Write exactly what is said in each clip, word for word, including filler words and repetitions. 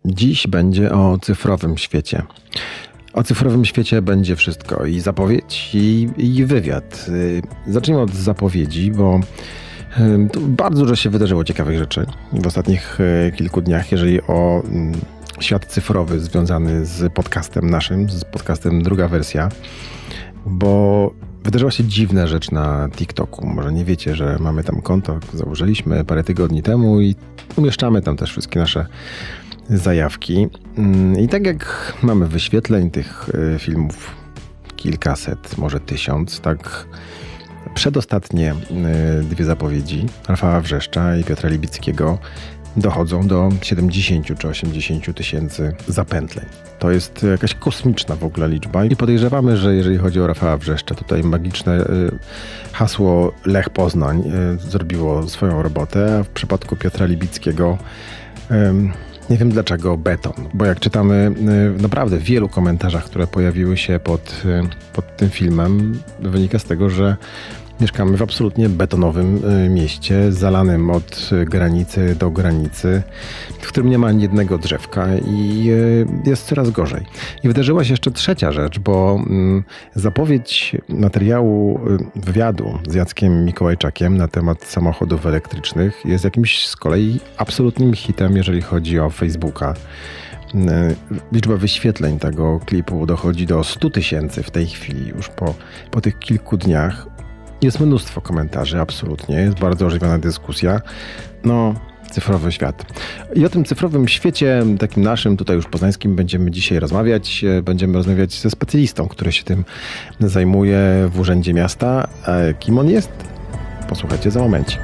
Dziś będzie o cyfrowym świecie. O cyfrowym świecie będzie wszystko. I zapowiedź, i, i wywiad. Zacznijmy od zapowiedzi, bo bardzo dużo się wydarzyło ciekawych rzeczy w ostatnich kilku dniach, jeżeli o świat cyfrowy związany z podcastem naszym, z podcastem Druga Wersja, bo wydarzyła się dziwna rzecz na TikToku. Może nie wiecie, że mamy tam konto, założyliśmy parę tygodni temu i umieszczamy tam też wszystkie nasze zajawki. I tak jak mamy wyświetleń tych filmów kilkaset, może tysiąc, tak przedostatnie dwie zapowiedzi Rafała Wrzeszcza i Piotra Libickiego dochodzą do siedemdziesiąt czy osiemdziesiąt tysięcy zapętleń. To jest jakaś kosmiczna w ogóle liczba i podejrzewamy, że jeżeli chodzi o Rafała Wrzeszcza, tutaj magiczne hasło Lech Poznań zrobiło swoją robotę, a w przypadku Piotra Libickiego nie wiem dlaczego beton, bo jak czytamy naprawdę w wielu komentarzach, które pojawiły się pod, pod tym filmem, wynika z tego, że mieszkamy w absolutnie betonowym mieście, zalanym od granicy do granicy, w którym nie ma ani jednego drzewka i jest coraz gorzej. I wydarzyła się jeszcze trzecia rzecz, bo zapowiedź materiału wywiadu z Jackiem Mikołajczakiem na temat samochodów elektrycznych jest jakimś z kolei absolutnym hitem, jeżeli chodzi o Facebooka. Liczba wyświetleń tego klipu dochodzi do stu tysięcy w tej chwili, już po, po tych kilku dniach. Jest mnóstwo komentarzy, absolutnie. Jest bardzo ożywiona dyskusja. No, cyfrowy świat. I o tym cyfrowym świecie, takim naszym, tutaj już poznańskim, będziemy dzisiaj rozmawiać. Będziemy rozmawiać ze specjalistą, który się tym zajmuje w Urzędzie Miasta. A kim on jest? Posłuchajcie za momencik.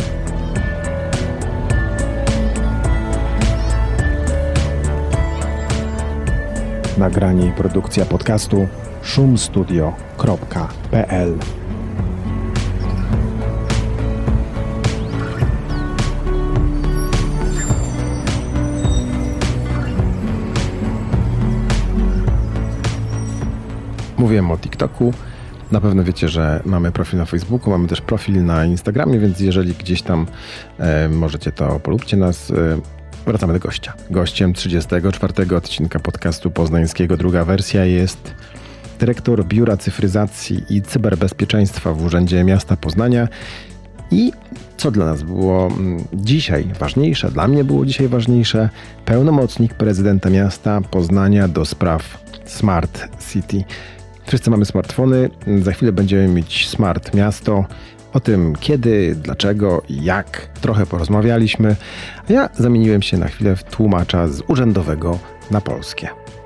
Nagranie i produkcja podcastu szumstudio kropka p l. Mówiłem o TikToku. Na pewno wiecie, że mamy profil na Facebooku, mamy też profil na Instagramie, więc jeżeli gdzieś tam e, możecie, to polubcie nas. E, wracamy do gościa. Gościem trzydziestego czwartego odcinka podcastu poznańskiego Druga Wersja jest dyrektor Biura Cyfryzacji i Cyberbezpieczeństwa w Urzędzie Miasta Poznania. I co dla nas było dzisiaj ważniejsze, dla mnie było dzisiaj ważniejsze, pełnomocnik prezydenta miasta Poznania do spraw Smart City. Wszyscy mamy smartfony, za chwilę będziemy mieć smart miasto. O tym kiedy, dlaczego i jak trochę porozmawialiśmy, a ja zamieniłem się na chwilę w tłumacza z urzędowego na polskie.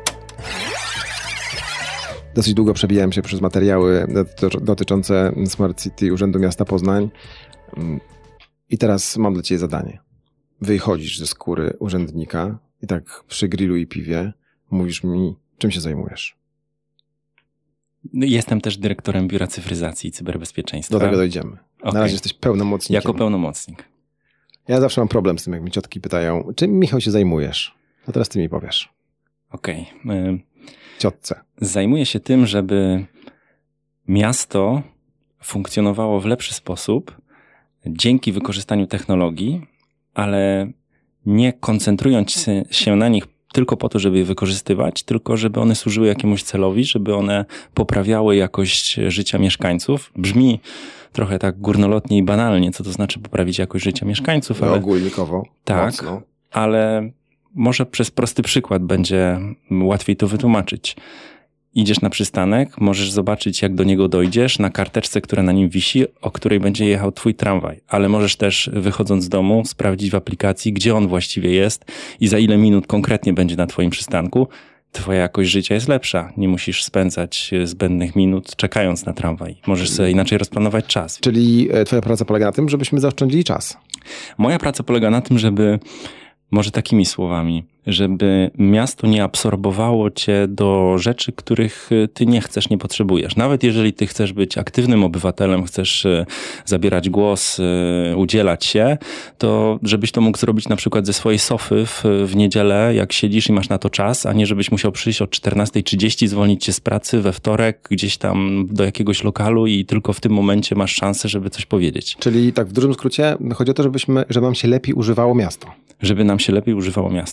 Dosyć długo przebijałem się przez materiały dotyczące Smart City Urzędu Miasta Poznań i teraz mam dla Ciebie zadanie. Wychodzisz ze skóry urzędnika i tak przy grillu i piwie mówisz mi, czym się zajmujesz. Jestem też dyrektorem Biura Cyfryzacji i Cyberbezpieczeństwa. Do tego dojdziemy. Okay. Na razie jesteś pełnomocnikiem. Jako pełnomocnik. Ja zawsze mam problem z tym, jak mi ciotki pytają, czym, Michał, się zajmujesz? A teraz ty mi powiesz. Okej. Okay. Ciotce. Zajmuję się tym, żeby miasto funkcjonowało w lepszy sposób dzięki wykorzystaniu technologii, ale nie koncentrując się na nich tylko po to, żeby je wykorzystywać, tylko żeby one służyły jakiemuś celowi, żeby one poprawiały jakość życia mieszkańców. Brzmi trochę tak górnolotnie i banalnie, co to znaczy poprawić jakość życia mieszkańców. No, ale ogólnikowo. Tak, mocno. Ale może przez prosty przykład będzie łatwiej to wytłumaczyć. Idziesz na przystanek, możesz zobaczyć, jak do niego dojdziesz na karteczce, która na nim wisi, o której będzie jechał twój tramwaj. Ale możesz też, wychodząc z domu, sprawdzić w aplikacji, gdzie on właściwie jest i za ile minut konkretnie będzie na twoim przystanku. Twoja jakość życia jest lepsza. Nie musisz spędzać zbędnych minut czekając na tramwaj. Możesz sobie inaczej rozplanować czas. Czyli twoja praca polega na tym, żebyśmy zaoszczędzili czas? Moja praca polega na tym, żeby, może takimi słowami, żeby miasto nie absorbowało cię do rzeczy, których ty nie chcesz, nie potrzebujesz. Nawet jeżeli ty chcesz być aktywnym obywatelem, chcesz zabierać głos, udzielać się, to żebyś to mógł zrobić na przykład ze swojej sofy w, w niedzielę, jak siedzisz i masz na to czas, a nie żebyś musiał przyjść o czternasta trzydzieści, zwolnić się z pracy we wtorek gdzieś tam do jakiegoś lokalu i tylko w tym momencie masz szansę, żeby coś powiedzieć. Czyli tak w dużym skrócie chodzi o to, żebyśmy, żeby nam się lepiej używało miasto. Żeby nam się lepiej używało miasto, tak.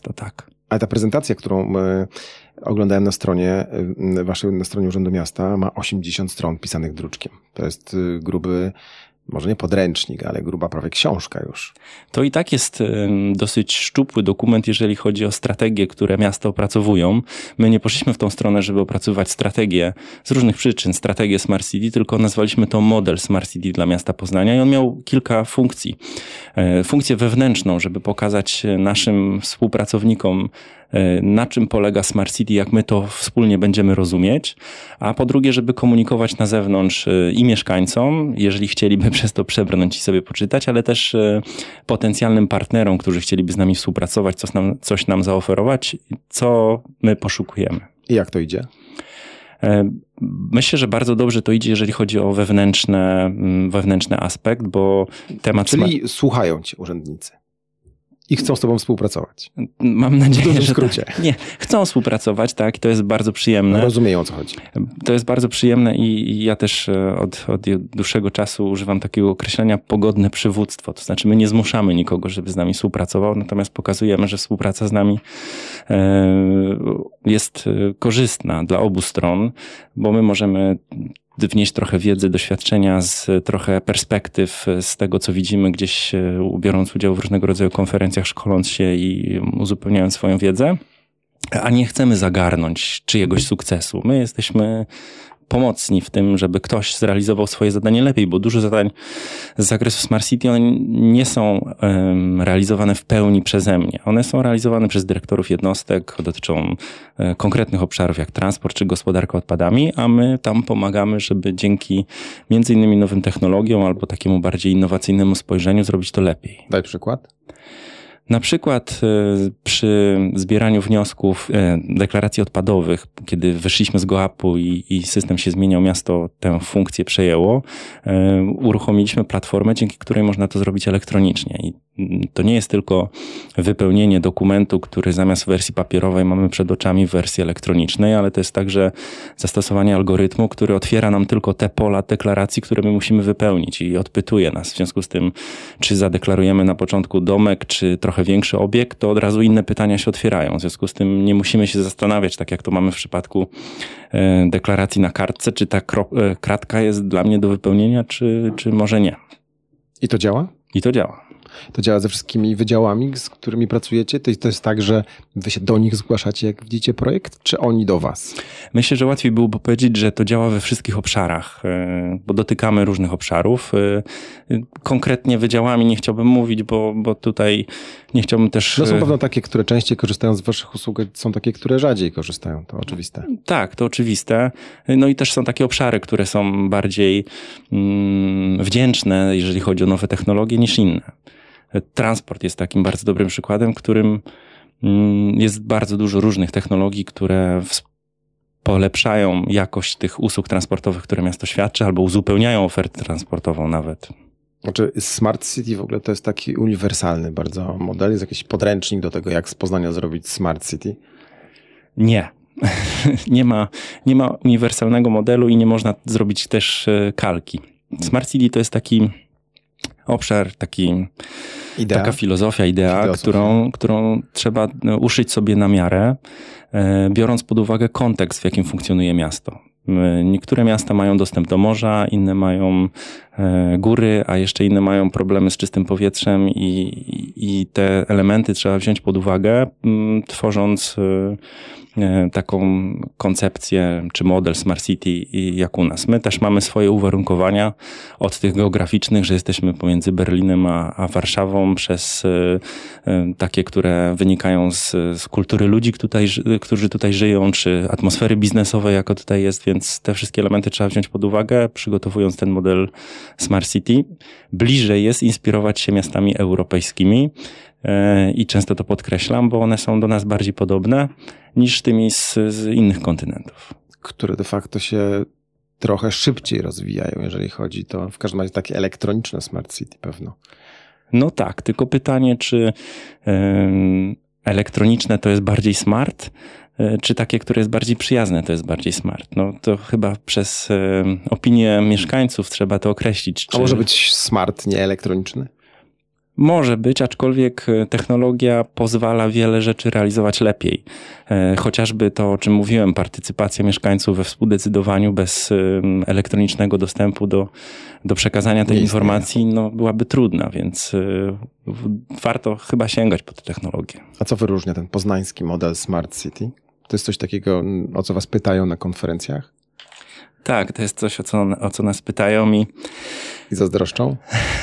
tak. Ale ta prezentacja, którą oglądałem na stronie waszej, na stronie Urzędu Miasta, ma osiemdziesiąt stron pisanych druczkiem. To jest gruby, może nie podręcznik, ale gruba prawie książka już. To i tak jest dosyć szczupły dokument, jeżeli chodzi o strategie, które miasta opracowują. My nie poszliśmy w tą stronę, żeby opracowywać strategię z różnych przyczyn, strategię Smart City, tylko nazwaliśmy to model Smart City dla miasta Poznania i on miał kilka funkcji. Funkcję wewnętrzną, żeby pokazać naszym współpracownikom, na czym polega Smart City, jak my to wspólnie będziemy rozumieć, a po drugie, żeby komunikować na zewnątrz i mieszkańcom, jeżeli chcieliby przez to przebrnąć i sobie poczytać, ale też potencjalnym partnerom, którzy chcieliby z nami współpracować, coś nam, coś nam zaoferować, co my poszukujemy. I jak to idzie? Myślę, że bardzo dobrze to idzie, jeżeli chodzi o wewnętrzne, wewnętrzny aspekt, bo temat... Czyli smart... słuchają cię urzędnicy. I chcą z tobą współpracować. Mam nadzieję, w dużym że skrócie. Tak. Nie, chcą współpracować, tak, i to jest bardzo przyjemne. No, rozumieją, o co chodzi. To jest bardzo przyjemne i, i ja też od, od dłuższego czasu używam takiego określenia pogodne przywództwo. To znaczy my nie zmuszamy nikogo, żeby z nami współpracował, natomiast pokazujemy, że współpraca z nami e, jest korzystna dla obu stron, bo my możemy wnieść trochę wiedzy, doświadczenia, z trochę perspektyw z tego, co widzimy gdzieś biorąc udział w różnego rodzaju konferencjach, szkoląc się i uzupełniając swoją wiedzę, a nie chcemy zagarnąć czyjegoś sukcesu. My jesteśmy pomocni w tym, żeby ktoś zrealizował swoje zadanie lepiej, bo dużo zadań z zakresu Smart City, one nie są um, realizowane w pełni przeze mnie. One są realizowane przez dyrektorów jednostek, dotyczą um, konkretnych obszarów jak transport czy gospodarka odpadami, a my tam pomagamy, żeby dzięki między innymi nowym technologiom albo takiemu bardziej innowacyjnemu spojrzeniu zrobić to lepiej. Daj przykład. Na przykład przy zbieraniu wniosków, deklaracji odpadowych, kiedy wyszliśmy z GoAP-u i, i system się zmieniał, miasto tę funkcję przejęło, uruchomiliśmy platformę, dzięki której można to zrobić elektronicznie. I to nie jest tylko wypełnienie dokumentu, który zamiast wersji papierowej mamy przed oczami w wersji elektronicznej, ale to jest także zastosowanie algorytmu, który otwiera nam tylko te pola deklaracji, które my musimy wypełnić i odpytuje nas. W związku z tym, czy zadeklarujemy na początku domek, czy trochę większy obiekt, to od razu inne pytania się otwierają. W związku z tym nie musimy się zastanawiać, tak jak to mamy w przypadku deklaracji na kartce, czy ta kratka jest dla mnie do wypełnienia, czy, czy może nie. I to działa? I to działa. To działa ze wszystkimi wydziałami, z którymi pracujecie? To, to jest tak, że wy się do nich zgłaszacie, jak widzicie projekt, czy oni do was? Myślę, że łatwiej byłoby powiedzieć, że to działa we wszystkich obszarach, bo dotykamy różnych obszarów. Konkretnie wydziałami nie chciałbym mówić, bo, bo tutaj nie chciałbym też... No są pewno takie, które częściej korzystają z waszych usług, są takie, które rzadziej korzystają, to oczywiste. Tak, to oczywiste. No i też są takie obszary, które są bardziej mm, wdzięczne, jeżeli chodzi o nowe technologie, niż inne. Transport jest takim bardzo dobrym przykładem, w którym jest bardzo dużo różnych technologii, które polepszają jakość tych usług transportowych, które miasto świadczy, albo uzupełniają ofertę transportową nawet. Znaczy Smart City w ogóle to jest taki uniwersalny bardzo model? Jest jakiś podręcznik do tego, jak z Poznania zrobić Smart City? Nie. nie ma, nie ma uniwersalnego modelu i nie można zrobić też kalki. Smart City to jest taki obszar, taki, idea. taka filozofia, idea, Filozofia. Którą, którą trzeba uszyć sobie na miarę, biorąc pod uwagę kontekst, w jakim funkcjonuje miasto. Niektóre miasta mają dostęp do morza, inne mają góry, a jeszcze inne mają problemy z czystym powietrzem i, i te elementy trzeba wziąć pod uwagę, tworząc taką koncepcję czy model Smart City jak u nas. My też mamy swoje uwarunkowania od tych geograficznych, że jesteśmy pomiędzy Berlinem a, a Warszawą, przez takie, które wynikają z, z kultury ludzi, tutaj, którzy tutaj żyją, czy atmosfery biznesowej, jaka tutaj jest, więc te wszystkie elementy trzeba wziąć pod uwagę, przygotowując ten model Smart City. Bliżej jest inspirować się miastami europejskimi i często to podkreślam, bo one są do nas bardziej podobne niż tymi z, z innych kontynentów. Które de facto się trochę szybciej rozwijają, jeżeli chodzi to w każdym razie takie elektroniczne Smart City pewno. No tak, tylko pytanie, czy um, elektroniczne to jest bardziej smart, czy takie, które jest bardziej przyjazne, to jest bardziej smart. No to chyba przez um, opinię mieszkańców trzeba to określić. Czy... A może być smart, nie elektroniczny? Może być, aczkolwiek technologia pozwala wiele rzeczy realizować lepiej. Chociażby to, o czym mówiłem, partycypacja mieszkańców we współdecydowaniu bez elektronicznego dostępu do, do przekazania tej informacji no, byłaby trudna, więc warto chyba sięgać po tę technologię. A co wyróżnia ten poznański model Smart City? To jest coś takiego, o co was pytają na konferencjach? Tak, to jest coś, o co, o co nas pytają i... I zazdroszczą?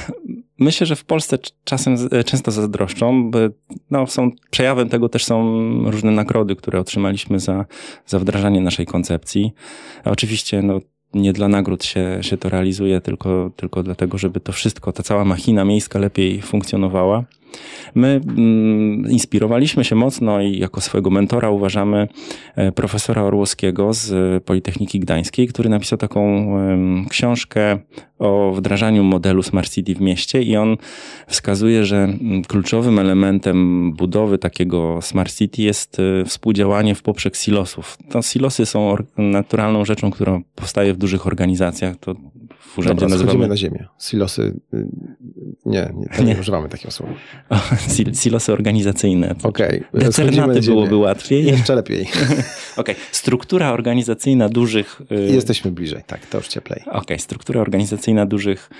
Myślę, że w Polsce czasem często zazdroszczą, bo no, są, przejawem tego też są różne nagrody, które otrzymaliśmy za, za wdrażanie naszej koncepcji. A oczywiście no, nie dla nagród się, się to realizuje, tylko, tylko dlatego, żeby to wszystko, ta cała machina miejska lepiej funkcjonowała. My mm, inspirowaliśmy się mocno i jako swojego mentora uważamy profesora Orłowskiego z Politechniki Gdańskiej, który napisał taką um, książkę o wdrażaniu modelu Smart City w mieście i on wskazuje, że kluczowym elementem budowy takiego Smart City jest współdziałanie w poprzek silosów. To silosy są naturalną rzeczą, która powstaje w dużych organizacjach. To w urzędzie Dobra, nazywamy... na ziemię. Silosy... Nie, nie, nie, nie używamy takiego słowa. O, sil, silosy organizacyjne. Okej. Okay. Decernaty byłoby łatwiej. Jeszcze lepiej. Okej. Okay. Struktura organizacyjna dużych... I jesteśmy bliżej, tak, to już cieplej. Okej. Okay. Struktura organizacyjna dużych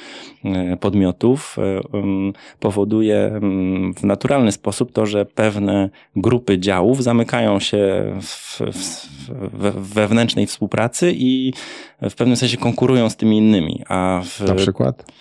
podmiotów um, powoduje um, w naturalny sposób to, że pewne grupy działów zamykają się w, w, we, wewnętrznej współpracy i w pewnym sensie konkurują z tymi innymi. A w, Na przykład?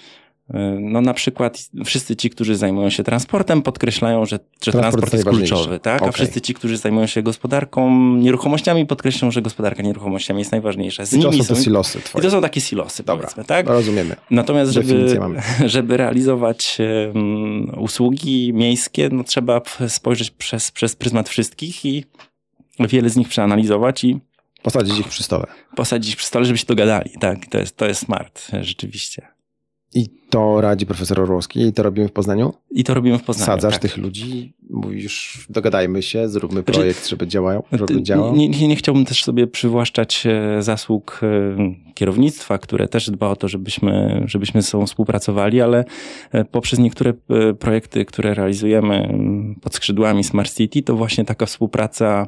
No na przykład wszyscy ci, którzy zajmują się transportem, podkreślają, że, że transport, transport jest kluczowy, tak? Okay. A wszyscy ci, którzy zajmują się gospodarką nieruchomościami, podkreślają, że gospodarka nieruchomościami jest najważniejsza. Z I to nimi są te silosy twoje. I to są takie silosy, dobra, powiedzmy, tak? Rozumiemy. Natomiast żeby, żeby realizować um, usługi miejskie, no trzeba spojrzeć przez, przez pryzmat wszystkich i wiele z nich przeanalizować i posadzić ich przy stole. Posadzić przy stole, żeby się dogadali, tak? To jest, to jest smart, rzeczywiście. I to radzi profesor Orłowski i to robimy w Poznaniu? I to robimy w Poznaniu, Sadzasz tak. tych ludzi, mówisz, dogadajmy się, zróbmy projekt, żeby działał, żeby działał. Nie, nie, nie chciałbym też sobie przywłaszczać zasług kierownictwa, które też dba o to, żebyśmy, żebyśmy ze sobą współpracowali, ale poprzez niektóre projekty, które realizujemy pod skrzydłami Smart City, to właśnie taka współpraca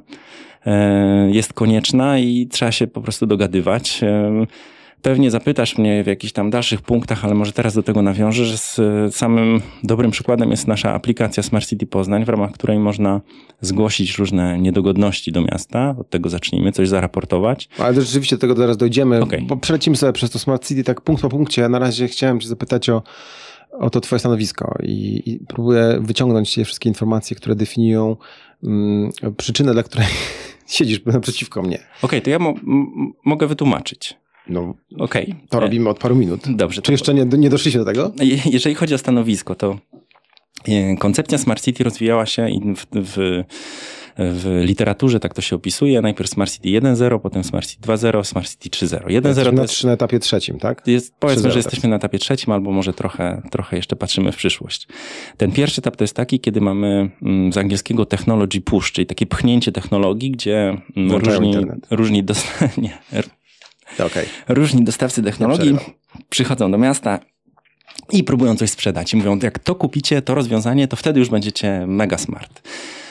jest konieczna i trzeba się po prostu dogadywać. Pewnie zapytasz mnie w jakichś tam dalszych punktach, ale może teraz do tego nawiążę, że z samym dobrym przykładem jest nasza aplikacja Smart City Poznań, w ramach której można zgłosić różne niedogodności do miasta. Od tego zacznijmy, coś zaraportować. Ale to rzeczywiście do tego zaraz dojdziemy, okay. bo przelecimy sobie przez to Smart City tak punkt po punkcie. Ja na razie chciałem cię zapytać o, o to twoje stanowisko i, i próbuję wyciągnąć te wszystkie informacje, które definiują um, przyczynę, dla której siedzisz naprzeciwko mnie. Okej, okay, to ja mo- m- mogę wytłumaczyć. No, okay. To robimy od paru minut. Dobrze. Czy to... jeszcze nie, nie doszliście do tego? Jeżeli chodzi o stanowisko, to koncepcja Smart City rozwijała się w, w, w literaturze, tak to się opisuje. Najpierw Smart City jeden zero, potem Smart City dwa zero, Smart City trzy zero. jeden zero to jest na etapie trzecim, tak? Jest, powiedzmy, że jesteśmy na etapie trzecim, albo może trochę, trochę jeszcze patrzymy w przyszłość. Ten pierwszy etap to jest taki, kiedy mamy z angielskiego technology push, czyli takie pchnięcie technologii, gdzie różni, różni dost- nie, Okay. różni dostawcy technologii przychodzą do miasta i próbują coś sprzedać. I mówią, jak to kupicie, to rozwiązanie, to wtedy już będziecie mega smart.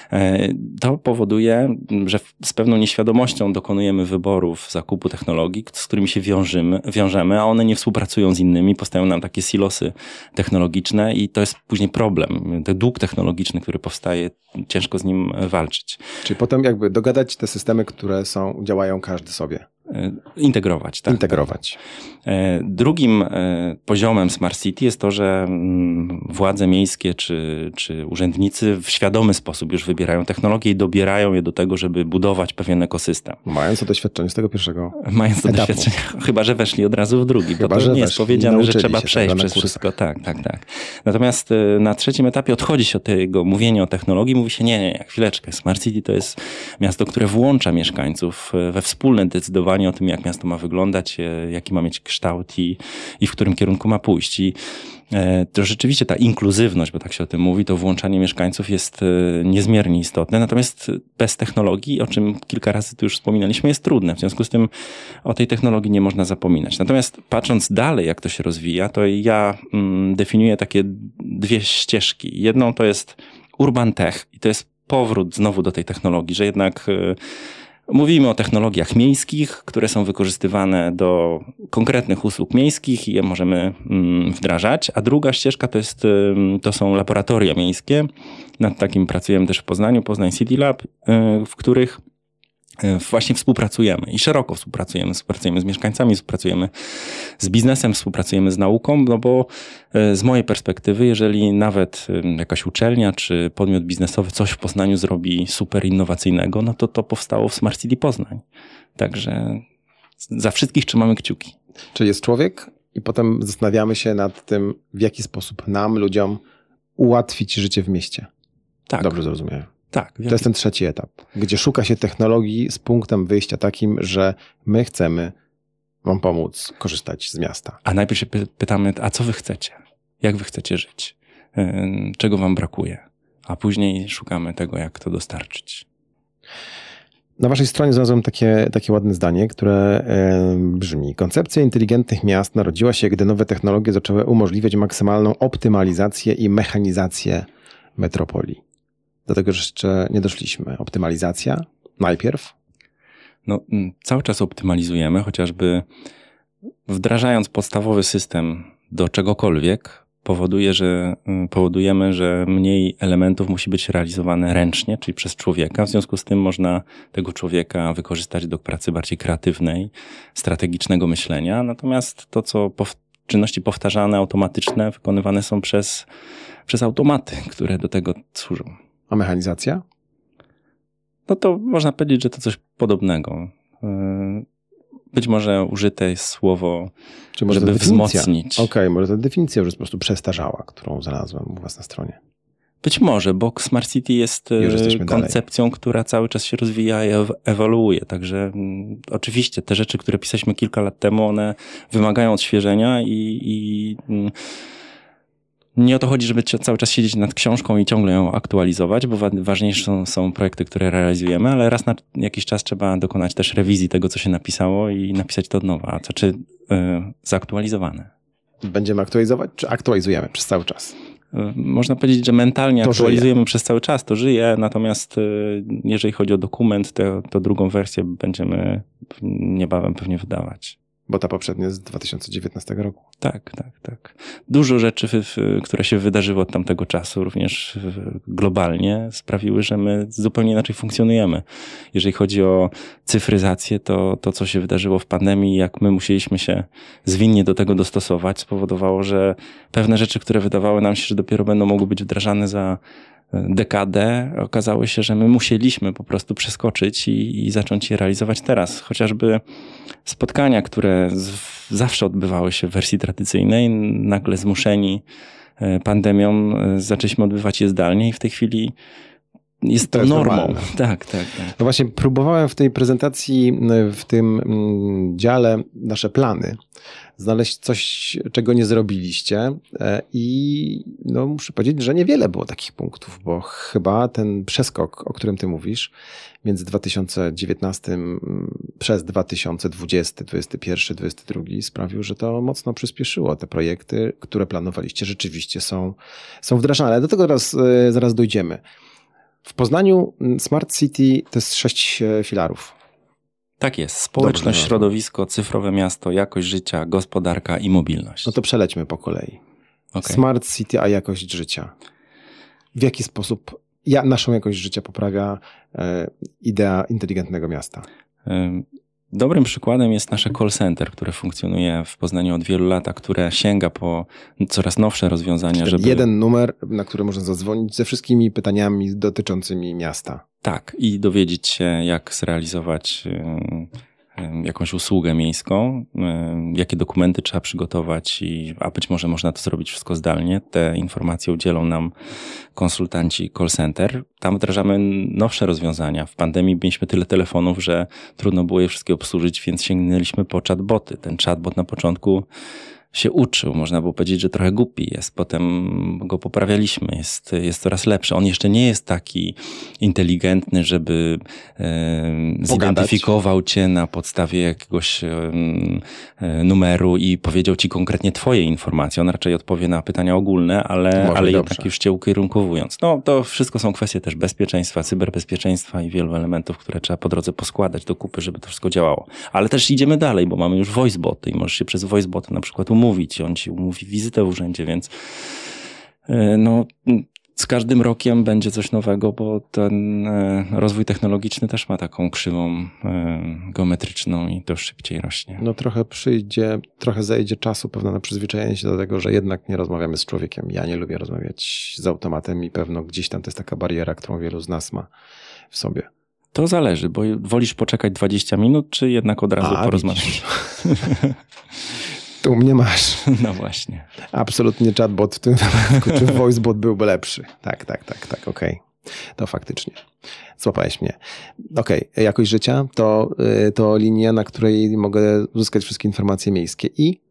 To powoduje, że z pewną nieświadomością dokonujemy wyborów zakupu technologii, z którymi się wiążemy, wiążemy, a one nie współpracują z innymi, powstają nam takie silosy technologiczne i to jest później problem. Ten dług technologiczny, który powstaje, ciężko z nim walczyć. Czyli potem jakby dogadać te systemy, które są, działają każdy sobie. Integrować. Tak, Integrować. Tak. Drugim poziomem Smart City jest to, że władze miejskie czy, czy urzędnicy w świadomy sposób już wybierają technologie i dobierają je do tego, żeby budować pewien ekosystem. Mając to doświadczenie z tego pierwszego Mając to etapu. doświadczenie, chyba że weszli od razu w drugi, chyba, bo to że nie jest powiedziane, że trzeba się przejść przez wszystko. Tak, tak, tak. Natomiast na trzecim etapie odchodzi się od tego mówienia o technologii, mówi się nie, nie, chwileczkę. Smart City to jest miasto, które włącza mieszkańców we wspólne decydowanie decydowanie o tym, jak miasto ma wyglądać, jaki ma mieć kształt i, i w którym kierunku ma pójść. I to rzeczywiście ta inkluzywność, bo tak się o tym mówi, to włączanie mieszkańców jest niezmiernie istotne. Natomiast bez technologii, o czym kilka razy tu już wspominaliśmy, jest trudne. W związku z tym o tej technologii nie można zapominać. Natomiast patrząc dalej, jak to się rozwija, to ja mm, definiuję takie dwie ścieżki. Jedną to jest urban tech i to jest powrót znowu do tej technologii, że jednak y, mówimy o technologiach miejskich, które są wykorzystywane do konkretnych usług miejskich i je możemy mm, wdrażać. A druga ścieżka to, jest, y, to są laboratoria miejskie. Nad takim pracujemy też w Poznaniu, Poznań City Lab, y, w których właśnie współpracujemy i szeroko współpracujemy. Współpracujemy z mieszkańcami, współpracujemy z biznesem, współpracujemy z nauką, no bo z mojej perspektywy, jeżeli nawet jakaś uczelnia czy podmiot biznesowy coś w Poznaniu zrobi super innowacyjnego, no to to powstało w Smart City Poznań. Także za wszystkich trzymamy kciuki. Czyli jest człowiek i potem zastanawiamy się nad tym, w jaki sposób nam, ludziom ułatwić życie w mieście. Tak. Dobrze zrozumiałem. Tak. To jest ten trzeci etap, gdzie szuka się technologii z punktem wyjścia takim, że my chcemy wam pomóc korzystać z miasta. A najpierw się pytamy, a co wy chcecie? Jak wy chcecie żyć? Czego wam brakuje? A później szukamy tego, jak to dostarczyć. Na waszej stronie znalazłem takie, takie ładne zdanie, które e, brzmi: koncepcja inteligentnych miast narodziła się, gdy nowe technologie zaczęły umożliwiać maksymalną optymalizację i mechanizację metropolii. Do tego jeszcze nie doszliśmy. Optymalizacja najpierw. No, cały czas optymalizujemy, chociażby wdrażając podstawowy system do czegokolwiek, powoduje, że, powodujemy, że mniej elementów musi być realizowane ręcznie, czyli przez człowieka. W związku z tym można tego człowieka wykorzystać do pracy bardziej kreatywnej, strategicznego myślenia. Natomiast to, co pow- czynności powtarzane, automatyczne, wykonywane są przez, przez automaty, które do tego służą. A mechanizacja? No to można powiedzieć, że to coś podobnego. Być może użyte jest słowo, Czy może żeby wzmocnić. Okej, okay, może ta definicja już jest po prostu przestarzała, którą znalazłem u was na stronie. Być może, bo Smart City jest koncepcją, dalej. która cały czas się rozwija i ewoluuje. Także m, oczywiście te rzeczy, które pisaliśmy kilka lat temu, one wymagają odświeżenia i, i m, nie o to chodzi, żeby cały czas siedzieć nad książką i ciągle ją aktualizować, bo ważniejsze są, są projekty, które realizujemy, ale raz na jakiś czas trzeba dokonać też rewizji tego, co się napisało i napisać to od nowa, a czy yy, zaktualizowane. Będziemy aktualizować, czy aktualizujemy przez cały czas? Yy, można powiedzieć, że mentalnie to aktualizujemy żyje. przez cały czas, to żyje, natomiast yy, jeżeli chodzi o dokument, to, to drugą wersję będziemy niebawem pewnie wydawać. Bo ta poprzednia jest z dwa tysiące dziewiętnastego roku. Tak, tak, tak. Dużo rzeczy, w, w, które się wydarzyły od tamtego czasu, również globalnie, sprawiły, że my zupełnie inaczej funkcjonujemy. Jeżeli chodzi o cyfryzację, to to, co się wydarzyło w pandemii, jak my musieliśmy się zwinnie do tego dostosować, spowodowało, że pewne rzeczy, które wydawały nam się, że dopiero będą mogły być wdrażane za dekadę, okazało się, że my musieliśmy po prostu przeskoczyć i, i zacząć je realizować teraz. Chociażby spotkania, które z, zawsze odbywały się w wersji tradycyjnej, nagle zmuszeni pandemią zaczęliśmy odbywać je zdalnie i w tej chwili jest to, to jest normą. Normalne. Tak, tak, tak. No właśnie próbowałem w tej prezentacji, w tym dziale nasze plany znaleźć coś, czego nie zrobiliście i no, muszę powiedzieć, że niewiele było takich punktów, bo chyba ten przeskok, o którym ty mówisz, między dwa tysiące dziewiętnastym przez dwa tysiące dwudziesty, dwudziesty pierwszy, dwudziesty drugi sprawił, że to mocno przyspieszyło. Te projekty, które planowaliście, rzeczywiście są, są wdrażane, ale do tego zaraz, zaraz dojdziemy. W Poznaniu Smart City to jest sześć filarów. Tak jest. Społeczność, Dobrze, środowisko, cyfrowe miasto, jakość życia, gospodarka i mobilność. No to przelećmy po kolei. Okay. Smart City, a jakość życia. W jaki sposób ja, naszą jakość życia poprawia e, idea inteligentnego miasta? Dobrym przykładem jest nasze call center, które funkcjonuje w Poznaniu od wielu lat, a które sięga po coraz nowsze rozwiązania. Czyli żeby... jeden numer, na który można zadzwonić ze wszystkimi pytaniami dotyczącymi miasta. Tak, i dowiedzieć się, jak zrealizować jakąś usługę miejską, jakie dokumenty trzeba przygotować, i, a być może można to zrobić wszystko zdalnie. Te informacje udzielą nam konsultanci call center. Tam wdrażamy nowsze rozwiązania. W pandemii mieliśmy tyle telefonów, że trudno było je wszystkie obsłużyć, więc sięgnęliśmy po chatboty. Ten chatbot na początku się uczył. Można było powiedzieć, że trochę głupi jest. Potem go poprawialiśmy. Jest, jest coraz lepszy. On jeszcze nie jest taki inteligentny, żeby e, zidentyfikował cię na podstawie jakiegoś e, numeru i powiedział ci konkretnie twoje informacje. On raczej odpowie na pytania ogólne, ale, ale jednak już cię ukierunkowując. No to wszystko są kwestie też bezpieczeństwa, cyberbezpieczeństwa i wielu elementów, które trzeba po drodze poskładać do kupy, żeby to wszystko działało. Ale też idziemy dalej, bo mamy już voiceboty i możesz się przez voiceboty na przykład umówić. On ci umówi wizytę w urzędzie, więc no, z każdym rokiem będzie coś nowego, bo ten rozwój technologiczny też ma taką krzywą geometryczną i to szybciej rośnie. No trochę przyjdzie, trochę zajdzie czasu pewno na przyzwyczajenie się do tego, że jednak nie rozmawiamy z człowiekiem. Ja nie lubię rozmawiać z automatem i pewno gdzieś tam to jest taka bariera, którą wielu z nas ma w sobie. To zależy, bo wolisz poczekać dwadzieścia minut, czy jednak od razu A, porozmawiać? Tu mnie masz. No właśnie. Absolutnie chatbot w tym wypadku, czy voicebot byłby lepszy. Tak, tak, tak, tak, okej. Okay. To faktycznie. Złapałeś mnie. Okej, okay. Jakość życia to, to linia, na której mogę uzyskać wszystkie informacje miejskie i?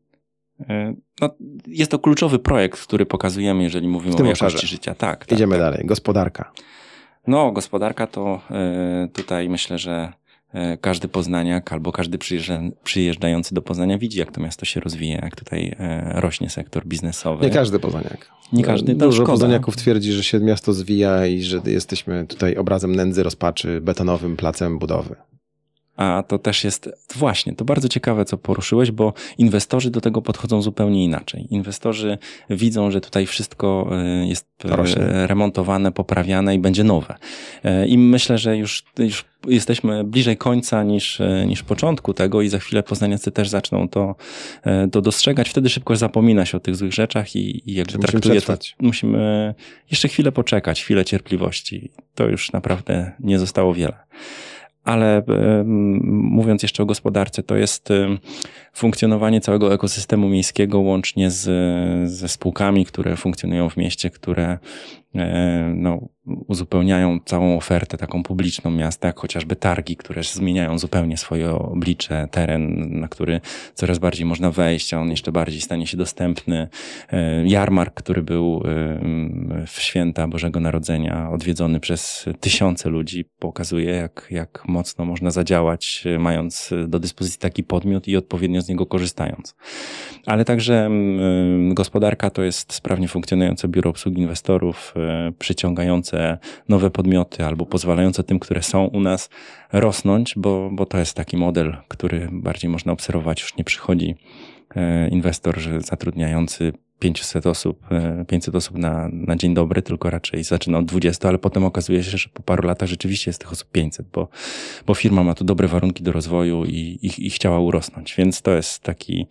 No, jest to kluczowy projekt, który pokazujemy, jeżeli mówimy o jakości obszarze. życia. Tak, tak. Idziemy tak. dalej. Gospodarka. No, gospodarka to y, tutaj myślę, że każdy poznaniak albo każdy przyjeżdża, przyjeżdżający do Poznania widzi, jak to miasto się rozwija, jak tutaj rośnie sektor biznesowy. Nie każdy poznaniak. Nie każdy, to Dużo szkoda. poznaniaków twierdzi, że się miasto zwija i że jesteśmy tutaj obrazem nędzy, rozpaczy, betonowym placem budowy. A to też jest, właśnie, to bardzo ciekawe, co poruszyłeś, bo inwestorzy do tego podchodzą zupełnie inaczej. Inwestorzy widzą, że tutaj wszystko jest Rośnie. remontowane, poprawiane i będzie nowe. I myślę, że już, już jesteśmy bliżej końca niż, niż początku tego i za chwilę poznaniacy też zaczną to, to dostrzegać. Wtedy szybko zapomina się o tych złych rzeczach i, i jakby traktuje to. Musimy jeszcze chwilę poczekać, chwilę cierpliwości. To już naprawdę nie zostało wiele. Ale mówiąc jeszcze o gospodarce, to jest funkcjonowanie całego ekosystemu miejskiego łącznie z, ze spółkami, które funkcjonują w mieście, które no, uzupełniają całą ofertę taką publiczną miasta, jak chociażby targi, które zmieniają zupełnie swoje oblicze, teren, na który coraz bardziej można wejść, a on jeszcze bardziej stanie się dostępny. Jarmark, który był w święta Bożego Narodzenia odwiedzony przez tysiące ludzi, pokazuje, jak, jak mocno można zadziałać, mając do dyspozycji taki podmiot i odpowiednio z niego korzystając. Ale także gospodarka to jest sprawnie funkcjonujące biuro obsługi inwestorów, przyciągające nowe podmioty albo pozwalające tym, które są u nas, rosnąć, bo, bo to jest taki model, który bardziej można obserwować. Już nie przychodzi inwestor zatrudniający pięćset osób, pięćset osób na, na dzień dobry, tylko raczej zaczyna od dwudziestu, ale potem okazuje się, że po paru latach rzeczywiście jest tych osób pięćset, bo, bo firma ma tu dobre warunki do rozwoju i, i, i chciała urosnąć. Więc to jest taki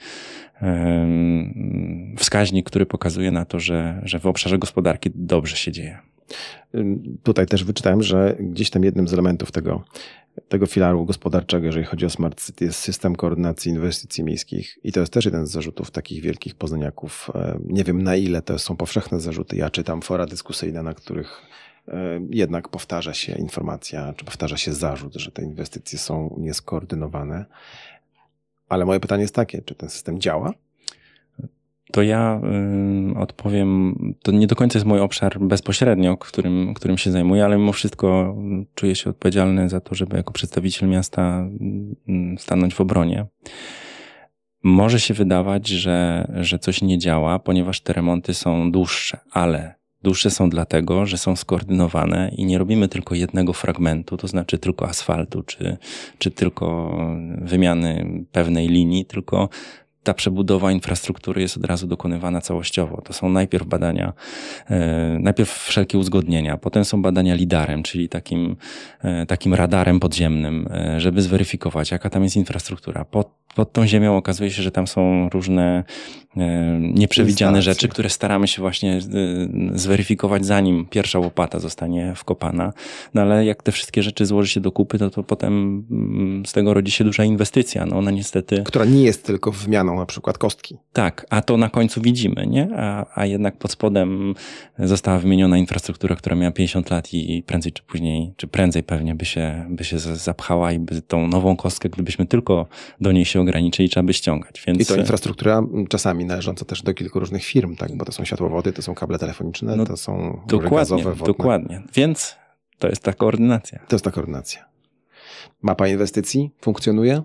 um, wskaźnik, który pokazuje na to, że, że w obszarze gospodarki dobrze się dzieje. Tutaj też wyczytałem, że gdzieś tam jednym z elementów tego, tego filaru gospodarczego, jeżeli chodzi o Smart City, jest system koordynacji inwestycji miejskich i to jest też jeden z zarzutów takich wielkich poznaniaków. Nie wiem, na ile to są powszechne zarzuty. Ja czytam fora dyskusyjne, na których jednak powtarza się informacja, czy powtarza się zarzut, że te inwestycje są nieskoordynowane. Ale moje pytanie jest takie, czy ten system działa? To ja y, odpowiem, to nie do końca jest mój obszar bezpośrednio, którym, którym się zajmuję, ale mimo wszystko czuję się odpowiedzialny za to, żeby jako przedstawiciel miasta y, stanąć w obronie. Może się wydawać, że, że coś nie działa, ponieważ te remonty są dłuższe, ale dłuższe są dlatego, że są skoordynowane i nie robimy tylko jednego fragmentu, to znaczy tylko asfaltu, czy, czy tylko wymiany pewnej linii, tylko ta przebudowa infrastruktury jest od razu dokonywana całościowo. To są najpierw badania, e, najpierw wszelkie uzgodnienia, potem są badania lidarem, czyli takim, e, takim radarem podziemnym, e, żeby zweryfikować, jaka tam jest infrastruktura. Po, pod tą ziemią okazuje się, że tam są różne e, nieprzewidziane rzeczy, które staramy się właśnie e, zweryfikować, zanim pierwsza łopata zostanie wkopana. No ale jak te wszystkie rzeczy złoży się do kupy, to, to potem mm, z tego rodzi się duża inwestycja. No ona niestety... Która nie jest tylko wymianą na przykład kostki. Tak, a to na końcu widzimy, nie? A, a jednak pod spodem została wymieniona infrastruktura, która miała pięćdziesiąt lat i prędzej czy później, czy prędzej pewnie by się, by się zapchała i by tą nową kostkę, gdybyśmy tylko do niej się ograniczyli, trzeba by ściągać. Więc... I to infrastruktura czasami należąca też do kilku różnych firm, tak? Bo to są światłowody, to są kable telefoniczne, no, to są rury gazowe, wodne. Dokładnie, więc to jest ta koordynacja. To jest ta koordynacja. Mapa inwestycji funkcjonuje?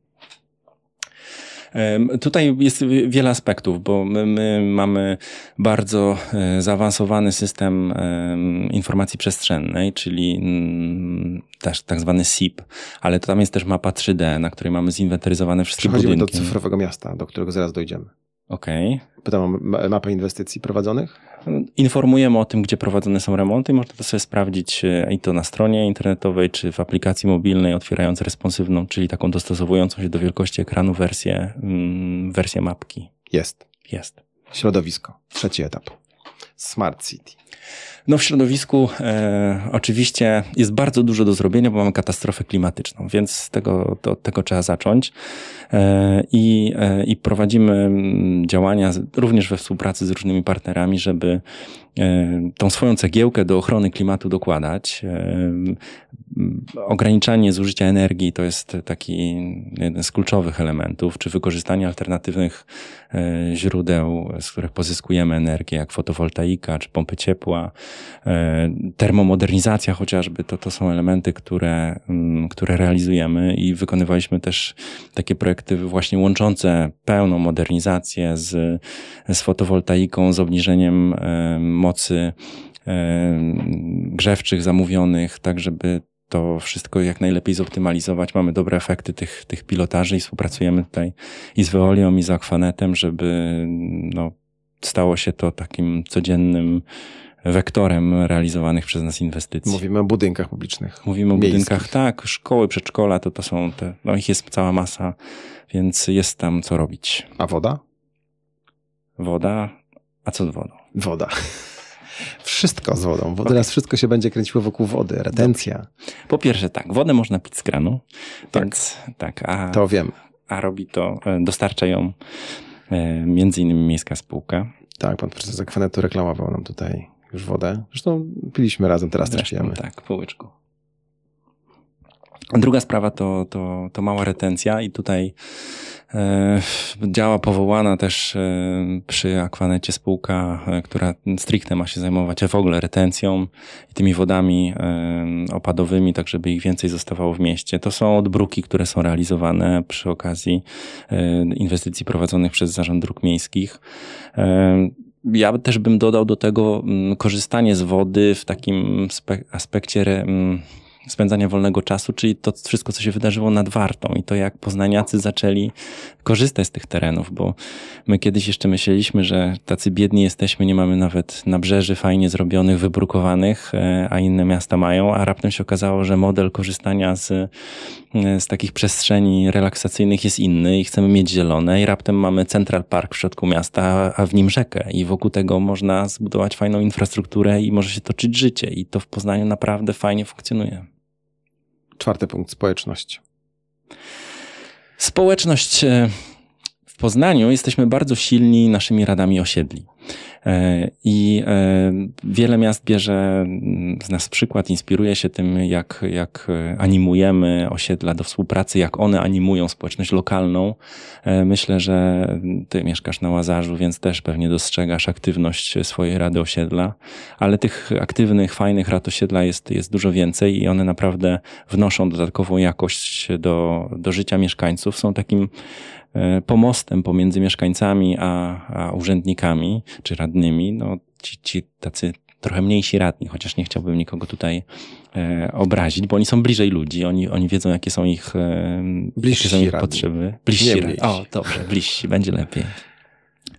Tutaj jest wiele aspektów, bo my, my mamy bardzo zaawansowany system informacji przestrzennej, czyli też tak zwany S I P, ale to tam jest też mapa trzy D, na której mamy zinwentaryzowane wszystkie Przechodzimy budynki. do cyfrowego miasta, do którego zaraz dojdziemy. Okej. Okay. Pytam o mapę inwestycji prowadzonych? Informujemy o tym, gdzie prowadzone są remonty i można to sobie sprawdzić i to na stronie internetowej, czy w aplikacji mobilnej otwierając responsywną, czyli taką dostosowującą się do wielkości ekranu wersję, wersję mapki. Jest. Jest. Środowisko. Trzeci etap. Smart City. No w środowisku e, oczywiście jest bardzo dużo do zrobienia, bo mamy katastrofę klimatyczną, więc z tego, to, od tego trzeba zacząć. E, i, e, I prowadzimy działania również we współpracy z różnymi partnerami, żeby e, tą swoją cegiełkę do ochrony klimatu dokładać. E, ograniczanie zużycia energii to jest taki jeden z kluczowych elementów, czy wykorzystanie alternatywnych e, źródeł, z których pozyskujemy energię, jak fotowoltaika, czy pompy ciepła. Termomodernizacja chociażby, to, to są elementy, które, które realizujemy i wykonywaliśmy też takie projekty właśnie łączące pełną modernizację z, z fotowoltaiką, z obniżeniem mocy grzewczych zamówionych, tak żeby to wszystko jak najlepiej zoptymalizować. Mamy dobre efekty tych, tych pilotaży i współpracujemy tutaj i z Veolią, i z Aquanetem, żeby no, stało się to takim codziennym wektorem realizowanych przez nas inwestycji. Mówimy o budynkach publicznych. Mówimy o miejskich. budynkach, tak, szkoły, przedszkola, to, to są te, no ich jest cała masa, więc jest tam co robić. A woda? Woda? A co z wodą? Woda. Wszystko z wodą, bo okay. Teraz wszystko się będzie kręciło wokół wody, retencja. Dobrze. Po pierwsze tak, wodę można pić z kranu, tak, więc tak, a, to wiem. A robi to, dostarcza ją między innymi miejska spółka. Tak, pan prezes z Aquanetu reklamował nam tutaj już wodę. Zresztą piliśmy razem, teraz Zresztą, też pijemy. Tak, po łyczku. Druga sprawa to, to, to mała retencja i tutaj e, działa powołana też e, przy Aquanecie spółka, e, która stricte ma się zajmować w ogóle retencją i tymi wodami e, opadowymi, tak żeby ich więcej zostawało w mieście. To są odbruki, które są realizowane przy okazji e, inwestycji prowadzonych przez Zarząd Dróg Miejskich. E, Ja też bym dodał do tego korzystanie z wody w takim aspekcie spędzania wolnego czasu, czyli to wszystko, co się wydarzyło nad Wartą i to, jak poznaniacy zaczęli korzystać z tych terenów, bo my kiedyś jeszcze myśleliśmy, że tacy biedni jesteśmy, nie mamy nawet nabrzeży fajnie zrobionych, wybrukowanych, a inne miasta mają, a raptem się okazało, że model korzystania z, z takich przestrzeni relaksacyjnych jest inny i chcemy mieć zielone i raptem mamy Central Park w środku miasta, a w nim rzekę i wokół tego można zbudować fajną infrastrukturę i może się toczyć życie i to w Poznaniu naprawdę fajnie funkcjonuje. Czwarty punkt, społeczność. Społeczność w Poznaniu jesteśmy bardzo silni naszymi radami osiedli. I wiele miast bierze z nas przykład, inspiruje się tym, jak, jak animujemy osiedla do współpracy, jak one animują społeczność lokalną. Myślę, że ty mieszkasz na Łazarzu, więc też pewnie dostrzegasz aktywność swojej rady osiedla, ale tych aktywnych, fajnych rad osiedla jest, jest dużo więcej i one naprawdę wnoszą dodatkową jakość do, do życia mieszkańców. Są takim pomostem pomiędzy mieszkańcami a, a urzędnikami czy radnymi. No, ci, ci tacy trochę mniejsi radni, chociaż nie chciałbym nikogo tutaj e, obrazić, bo oni są bliżej ludzi, oni, oni wiedzą, jakie są ich, e, jakie są ich potrzeby. Bliżsi radni. O, dobrze, bliżsi, będzie lepiej.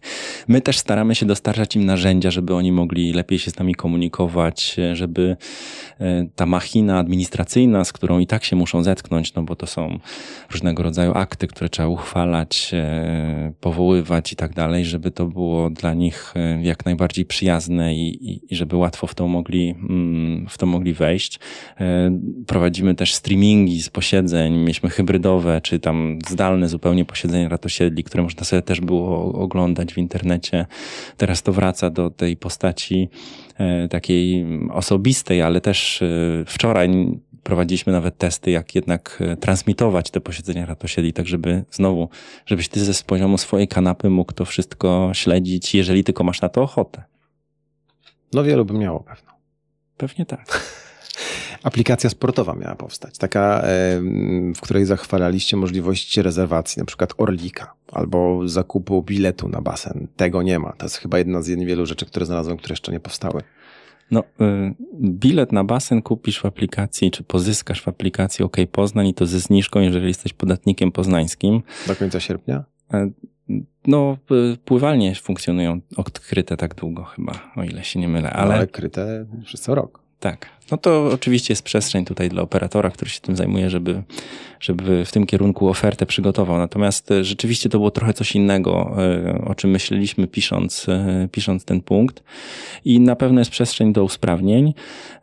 My też staramy się dostarczać im narzędzia, żeby oni mogli lepiej się z nami komunikować, żeby ta machina administracyjna, z którą i tak się muszą zetknąć, no bo to są różnego rodzaju akty, które trzeba uchwalać, powoływać i tak dalej, żeby to było dla nich jak najbardziej przyjazne i, i, i żeby łatwo w to mogli, w to mogli wejść. Prowadzimy też streamingi z posiedzeń, mieliśmy hybrydowe, czy tam zdalne zupełnie posiedzenia Ratosiedli, które można sobie też było oglądać w internecie. Teraz to wraca do tej postaci takiej osobistej, ale też wczoraj prowadziliśmy nawet testy, jak jednak transmitować te posiedzenia Ratosiedli, tak żeby znowu, żebyś ty ze z poziomu swojej kanapy mógł to wszystko śledzić, jeżeli tylko masz na to ochotę. No wielu by miało pewno. Pewnie tak. Aplikacja sportowa miała powstać, taka, w której zachwalaliście możliwości rezerwacji, na przykład Orlika albo zakupu biletu na basen. Tego nie ma. To jest chyba jedna z niewielu rzeczy, które znalazłem, które jeszcze nie powstały. No, bilet na basen kupisz w aplikacji, czy pozyskasz w aplikacji OK Poznań i to ze zniżką, jeżeli jesteś podatnikiem poznańskim. Do końca sierpnia? No, pływalnie funkcjonują odkryte tak długo chyba, o ile się nie mylę. Ale, no, ale kryte przez co rok. Tak. No to oczywiście jest przestrzeń tutaj dla operatora, który się tym zajmuje, żeby, żeby w tym kierunku ofertę przygotował. Natomiast rzeczywiście to było trochę coś innego, o czym myśleliśmy pisząc, pisząc ten punkt. I na pewno jest przestrzeń do usprawnień.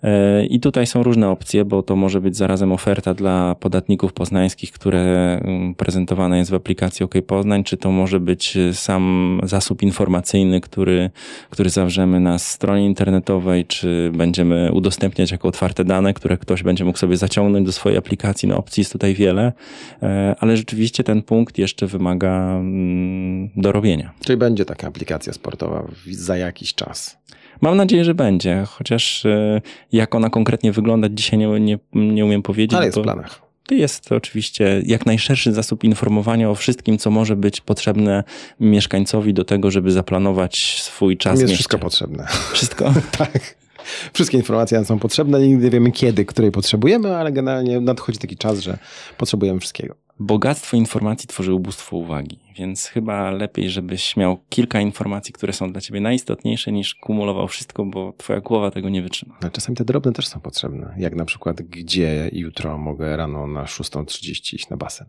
I tutaj są różne opcje, bo to może być zarazem oferta dla podatników poznańskich, które prezentowane jest w aplikacji OK Poznań, czy to może być sam zasób informacyjny, który, który zawrzemy na stronie internetowej, czy będziemy udostępniać jako otwarte dane, które ktoś będzie mógł sobie zaciągnąć do swojej aplikacji. No opcji jest tutaj wiele, ale rzeczywiście ten punkt jeszcze wymaga dorobienia. Czyli będzie taka aplikacja sportowa za jakiś czas? Mam nadzieję, że będzie, chociaż jak ona konkretnie wygląda dzisiaj nie, nie, nie umiem powiedzieć. Ale jest w planach. To jest oczywiście jak najszerszy zasób informowania o wszystkim, co może być potrzebne mieszkańcowi do tego, żeby zaplanować swój czas. Tam jest mieście. Wszystko potrzebne. Wszystko? Tak. Wszystkie informacje są potrzebne, nigdy wiemy kiedy, której potrzebujemy, ale generalnie nadchodzi taki czas, że potrzebujemy wszystkiego. Bogactwo informacji tworzy ubóstwo uwagi, więc chyba lepiej, żebyś miał kilka informacji, które są dla ciebie najistotniejsze, niż kumulował wszystko, bo twoja głowa tego nie wytrzyma. Ale czasami te drobne też są potrzebne, jak na przykład gdzie jutro mogę rano na szósta trzydzieści iść na basen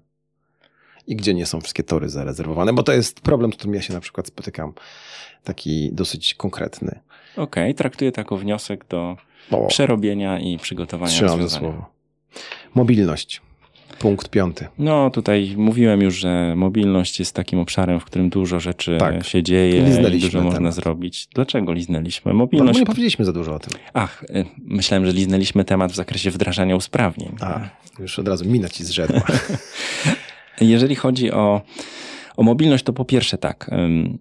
i gdzie nie są wszystkie tory zarezerwowane, bo to jest problem, z którym ja się na przykład spotykam, taki dosyć konkretny. Okej, okay, traktuję to jako wniosek do o, przerobienia i przygotowania rozwiązania. Trzymam słowo. Mobilność. Punkt piąty. No tutaj mówiłem już, że mobilność jest takim obszarem, w którym dużo rzeczy tak. się dzieje i dużo można temat. zrobić. Dlaczego liznęliśmy? Mobilność... Bo nie powiedzieliśmy za dużo o tym. Ach, myślałem, że liznęliśmy temat w zakresie wdrażania usprawnień. A, już od razu mina ci zrzedła. Jeżeli chodzi o, o mobilność, to po pierwsze tak...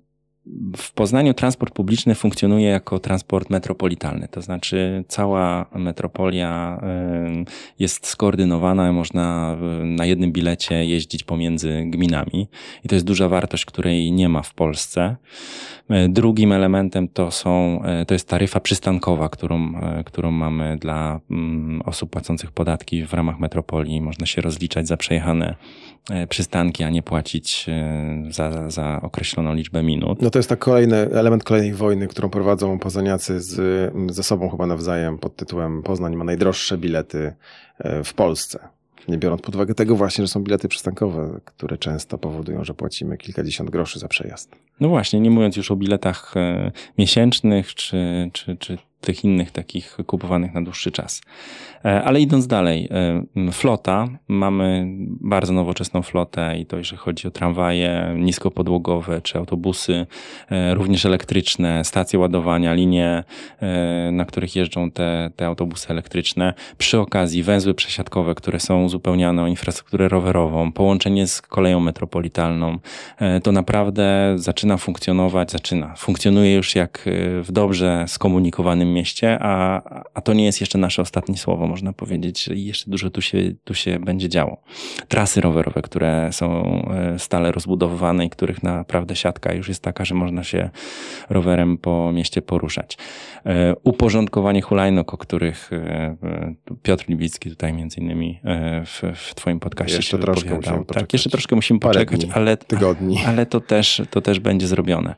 W Poznaniu transport publiczny funkcjonuje jako transport metropolitalny, to znaczy cała metropolia jest skoordynowana, można na jednym bilecie jeździć pomiędzy gminami i to jest duża wartość, której nie ma w Polsce. Drugim elementem to są, to jest taryfa przystankowa, którą, którą mamy dla osób płacących podatki w ramach metropolii. Można się rozliczać za przejechane przystanki, a nie płacić za, za określoną liczbę minut. No to jest tak kolejny element kolejnej wojny, którą prowadzą poznaniacy z, ze sobą chyba nawzajem pod tytułem Poznań ma najdroższe bilety w Polsce. Nie biorąc pod uwagę tego właśnie, że są bilety przystankowe, które często powodują, że płacimy kilkadziesiąt groszy za przejazd. No właśnie, nie mówiąc już o biletach miesięcznych czy, czy, czy tych innych takich kupowanych na dłuższy czas. Ale idąc dalej, flota, mamy bardzo nowoczesną flotę i to jeżeli chodzi o tramwaje niskopodłogowe czy autobusy, również elektryczne, stacje ładowania, linie, na których jeżdżą te, te autobusy elektryczne. Przy okazji węzły przesiadkowe, które są uzupełniane o infrastrukturę rowerową, połączenie z koleją metropolitalną. To naprawdę zaczyna funkcjonować, zaczyna, funkcjonuje już jak w dobrze skomunikowanym danym mieście, a, a to nie jest jeszcze nasze ostatnie słowo, można powiedzieć, że jeszcze dużo tu się, tu się będzie działo. Trasy rowerowe, które są stale rozbudowywane i których naprawdę siatka już jest taka, że można się rowerem po mieście poruszać. Uporządkowanie hulajnóg, o których Piotr Libicki tutaj między innymi w, w twoim podcaście jeszcze się troszkę wypowiadał. Tak, jeszcze troszkę musimy Parę poczekać, dni, ale, tygodni. ale to też, to też będzie zrobione.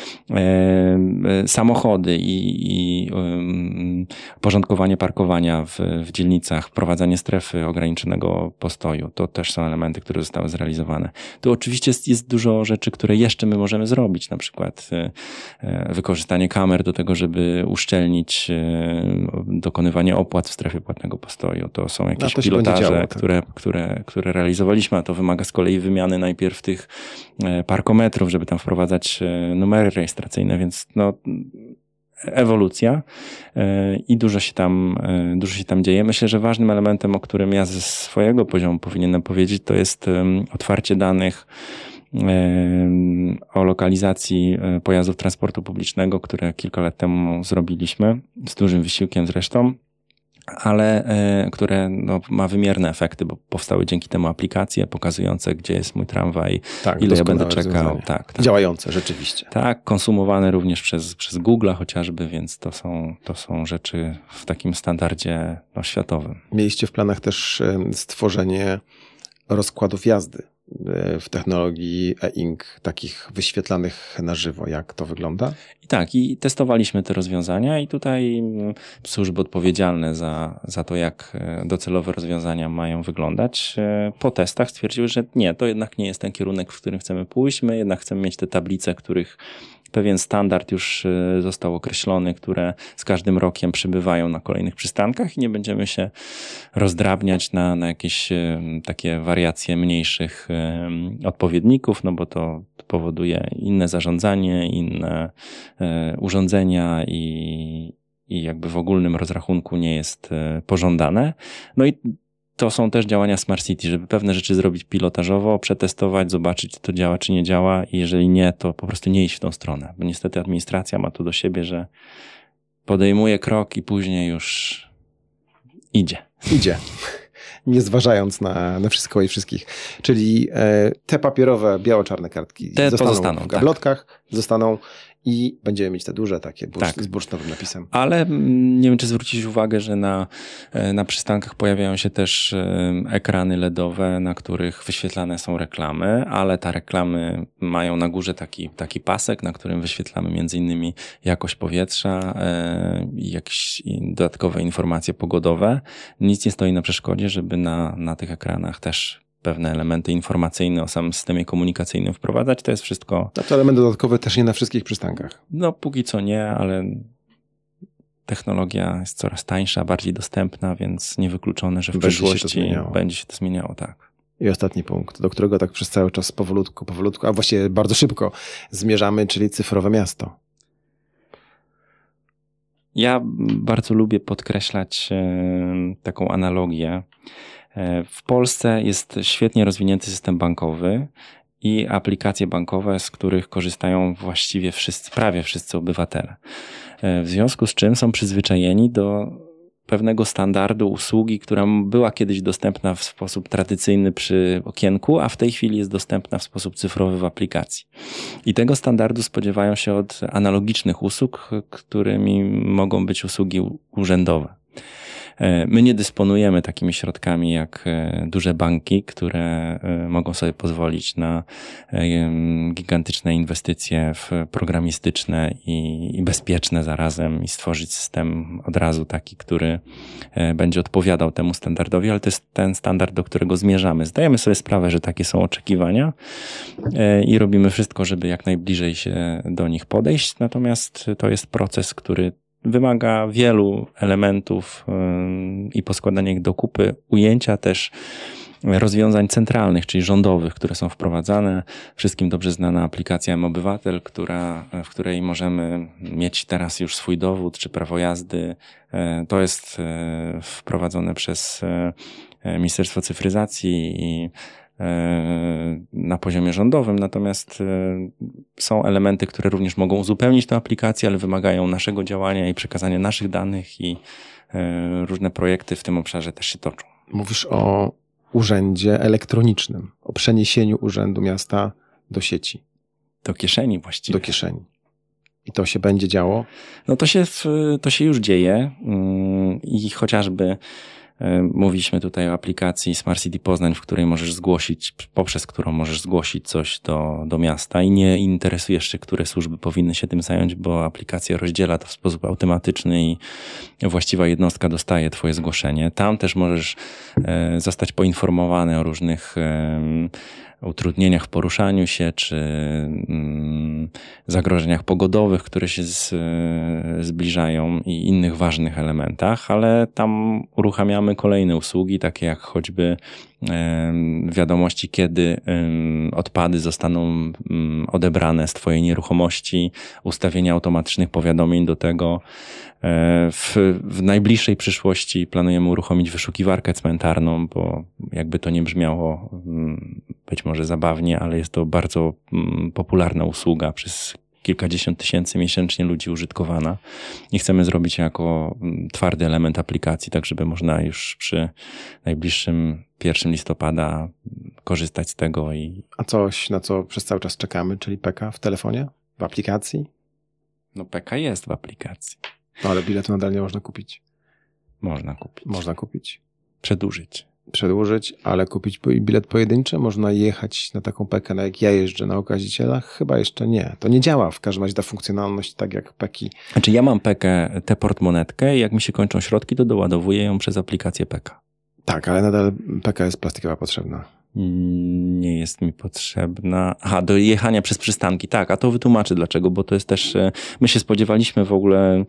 Samochody i, i um, porządkowanie parkowania w, w dzielnicach, wprowadzanie strefy ograniczonego postoju, to też są elementy, które zostały zrealizowane. Tu oczywiście jest, jest dużo rzeczy, które jeszcze my możemy zrobić, na przykład e, wykorzystanie kamer do tego, żeby uszczelnić e, dokonywanie opłat w strefie płatnego postoju. To są jakieś pilotaże, działo, tak. które, które, które realizowaliśmy, a to wymaga z kolei wymiany najpierw tych e, parkometrów, żeby tam wprowadzać e, numery rejestracyjne, więc no ewolucja i dużo się tam, dużo się tam dzieje. Myślę, że ważnym elementem, o którym ja ze swojego poziomu powinienem powiedzieć, to jest otwarcie danych o lokalizacji pojazdów transportu publicznego, które kilka lat temu zrobiliśmy, z dużym wysiłkiem zresztą, ale e, które no, ma wymierne efekty, bo powstały dzięki temu aplikacje pokazujące, gdzie jest mój tramwaj, tak, ile ja będę czekał. Tak, tak. Działające rzeczywiście. Tak, konsumowane również przez, przez Google'a chociażby, więc to są, to są rzeczy w takim standardzie no, światowym. Mieliście w planach też stworzenie rozkładów jazdy w technologii e-ink, takich wyświetlanych na żywo. Jak to wygląda? I tak, i testowaliśmy te rozwiązania i tutaj służby odpowiedzialne za, za to, jak docelowe rozwiązania mają wyglądać, po testach stwierdziły, że nie, to jednak nie jest ten kierunek, w którym chcemy pójść. My jednak chcemy mieć te tablice, których pewien standard już został określony, które z każdym rokiem przybywają na kolejnych przystankach i nie będziemy się rozdrabniać na, na jakieś takie wariacje mniejszych odpowiedników, no bo to powoduje inne zarządzanie, inne urządzenia i, i jakby w ogólnym rozrachunku nie jest pożądane. No i to są też działania Smart City, żeby pewne rzeczy zrobić pilotażowo, przetestować, zobaczyć, czy to działa, czy nie działa i jeżeli nie, to po prostu nie iść w tą stronę. Bo niestety administracja ma to do siebie, że podejmuje krok i później już idzie. Idzie. Nie zważając na, na wszystko i wszystkich. Czyli e, te papierowe, biało-czarne kartki te zostaną pozostaną, w gablotkach, tak. zostaną i będziemy mieć te duże takie bursz, tak. z bursztynowym napisem. Ale nie wiem, czy zwrócić uwagę, że na, na przystankach pojawiają się też ekrany LEDowe, na których wyświetlane są reklamy, ale te reklamy mają na górze taki, taki pasek, na którym wyświetlamy między innymi jakość powietrza i jakieś dodatkowe informacje pogodowe. Nic nie stoi na przeszkodzie, żeby na, na tych ekranach też pewne elementy informacyjne o samym systemie komunikacyjnym wprowadzać. To jest wszystko... A to element dodatkowy też nie na wszystkich przystankach. No póki co nie, ale technologia jest coraz tańsza, bardziej dostępna, więc niewykluczone, że w będzie przyszłości się będzie się to zmieniało, tak. I ostatni punkt, do którego tak przez cały czas powolutku, powolutku, a właściwie bardzo szybko zmierzamy, czyli cyfrowe miasto. Ja bardzo lubię podkreślać taką analogię. W Polsce jest świetnie rozwinięty system bankowy i aplikacje bankowe, z których korzystają właściwie wszyscy, prawie wszyscy obywatele. W związku z czym są przyzwyczajeni do pewnego standardu usługi, która była kiedyś dostępna w sposób tradycyjny przy okienku, a w tej chwili jest dostępna w sposób cyfrowy w aplikacji. I tego standardu spodziewają się od analogicznych usług, którymi mogą być usługi urzędowe. My nie dysponujemy takimi środkami jak duże banki, które mogą sobie pozwolić na gigantyczne inwestycje w programistyczne i, i bezpieczne zarazem i stworzyć system od razu taki, który będzie odpowiadał temu standardowi, ale to jest ten standard, do którego zmierzamy. Zdajemy sobie sprawę, że takie są oczekiwania i robimy wszystko, żeby jak najbliżej się do nich podejść, natomiast to jest proces, który wymaga wielu elementów i poskładania ich do kupy, ujęcia też rozwiązań centralnych, czyli rządowych, które są wprowadzane. Wszystkim dobrze znana aplikacja M-Obywatel, która, w której możemy mieć teraz już swój dowód czy prawo jazdy. To jest wprowadzone przez Ministerstwo Cyfryzacji i na poziomie rządowym, natomiast są elementy, które również mogą uzupełnić tę aplikację, ale wymagają naszego działania i przekazania naszych danych i różne projekty w tym obszarze też się toczą. Mówisz o urzędzie elektronicznym, o przeniesieniu Urzędu Miasta do sieci. Do kieszeni właściwie. Do kieszeni. I to się będzie działo? No to się, to się już dzieje i chociażby mówiliśmy tutaj o aplikacji Smart City Poznań, w której możesz zgłosić, poprzez którą możesz zgłosić coś do, do miasta i nie interesujesz się, które służby powinny się tym zająć, bo aplikacja rozdziela to w sposób automatyczny i właściwa jednostka dostaje twoje zgłoszenie. Tam też możesz zostać poinformowany o różnych utrudnieniach w poruszaniu się, czy mm, zagrożeniach pogodowych, które się z, zbliżają i innych ważnych elementach, ale tam uruchamiamy kolejne usługi, takie jak choćby e, wiadomości, kiedy e, odpady zostaną e, odebrane z twojej nieruchomości, ustawienia automatycznych powiadomień do tego. W, w najbliższej przyszłości planujemy uruchomić wyszukiwarkę cmentarną, bo jakby to nie brzmiało być może zabawnie, ale jest to bardzo popularna usługa, przez kilkadziesiąt tysięcy miesięcznie ludzi użytkowana i chcemy zrobić jako twardy element aplikacji, tak żeby można już przy najbliższym pierwszym listopada korzystać z tego. I A coś, na co przez cały czas czekamy, czyli P K w telefonie, w aplikacji? No P K jest w aplikacji. No ale biletu nadal nie można kupić. Można kupić. Można kupić. Przedłużyć. Przedłużyć, ale kupić bilet pojedynczy? Można jechać na taką P K, jak ja jeżdżę na okazicielach? Chyba jeszcze nie. To nie działa. W każdym razie ta funkcjonalność tak jak P K. Znaczy ja mam P K, tę portmonetkę i jak mi się kończą środki, to doładowuję ją przez aplikację P K. Tak, ale nadal P K jest plastikowa potrzebna. Nie jest mi potrzebna. Aha, do jechania przez przystanki. Tak, a to wytłumaczę dlaczego, bo to jest też, my się spodziewaliśmy w ogóle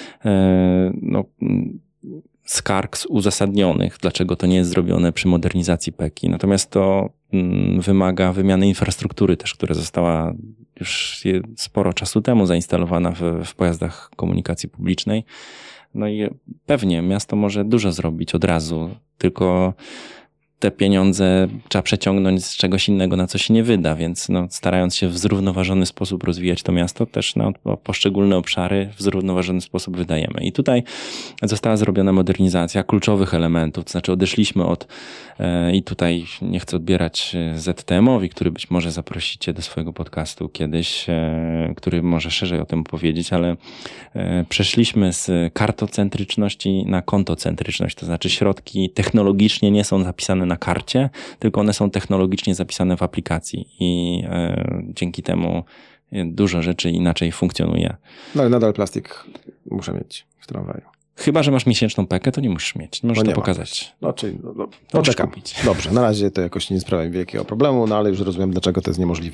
no, skarg uzasadnionych, dlaczego to nie jest zrobione przy modernizacji P K I. Natomiast to wymaga wymiany infrastruktury też, która została już sporo czasu temu zainstalowana w, w pojazdach komunikacji publicznej. No i pewnie miasto może dużo zrobić od razu, tylko te pieniądze trzeba przeciągnąć z czegoś innego, na co się nie wyda, więc no, starając się w zrównoważony sposób rozwijać to miasto, też na no, poszczególne obszary w zrównoważony sposób wydajemy. I tutaj została zrobiona modernizacja kluczowych elementów, to znaczy odeszliśmy od e, i tutaj nie chcę odbierać Z T M-owi, który być może zaprosicie do swojego podcastu kiedyś, e, który może szerzej o tym opowiedzieć, ale e, przeszliśmy z kartocentryczności na kontocentryczność, to znaczy środki technologicznie nie są zapisane na karcie, tylko one są technologicznie zapisane w aplikacji i e, dzięki temu dużo rzeczy inaczej funkcjonuje. No ale nadal plastik muszę mieć w tramwaju. Chyba że masz miesięczną P K, to nie musisz mieć. Możesz no to pokazać. No, czyli no, no, poczekam. Kupić. Dobrze, na razie to jakoś nie sprawia mi wielkiego problemu, no ale już rozumiem, dlaczego to jest niemożliwe.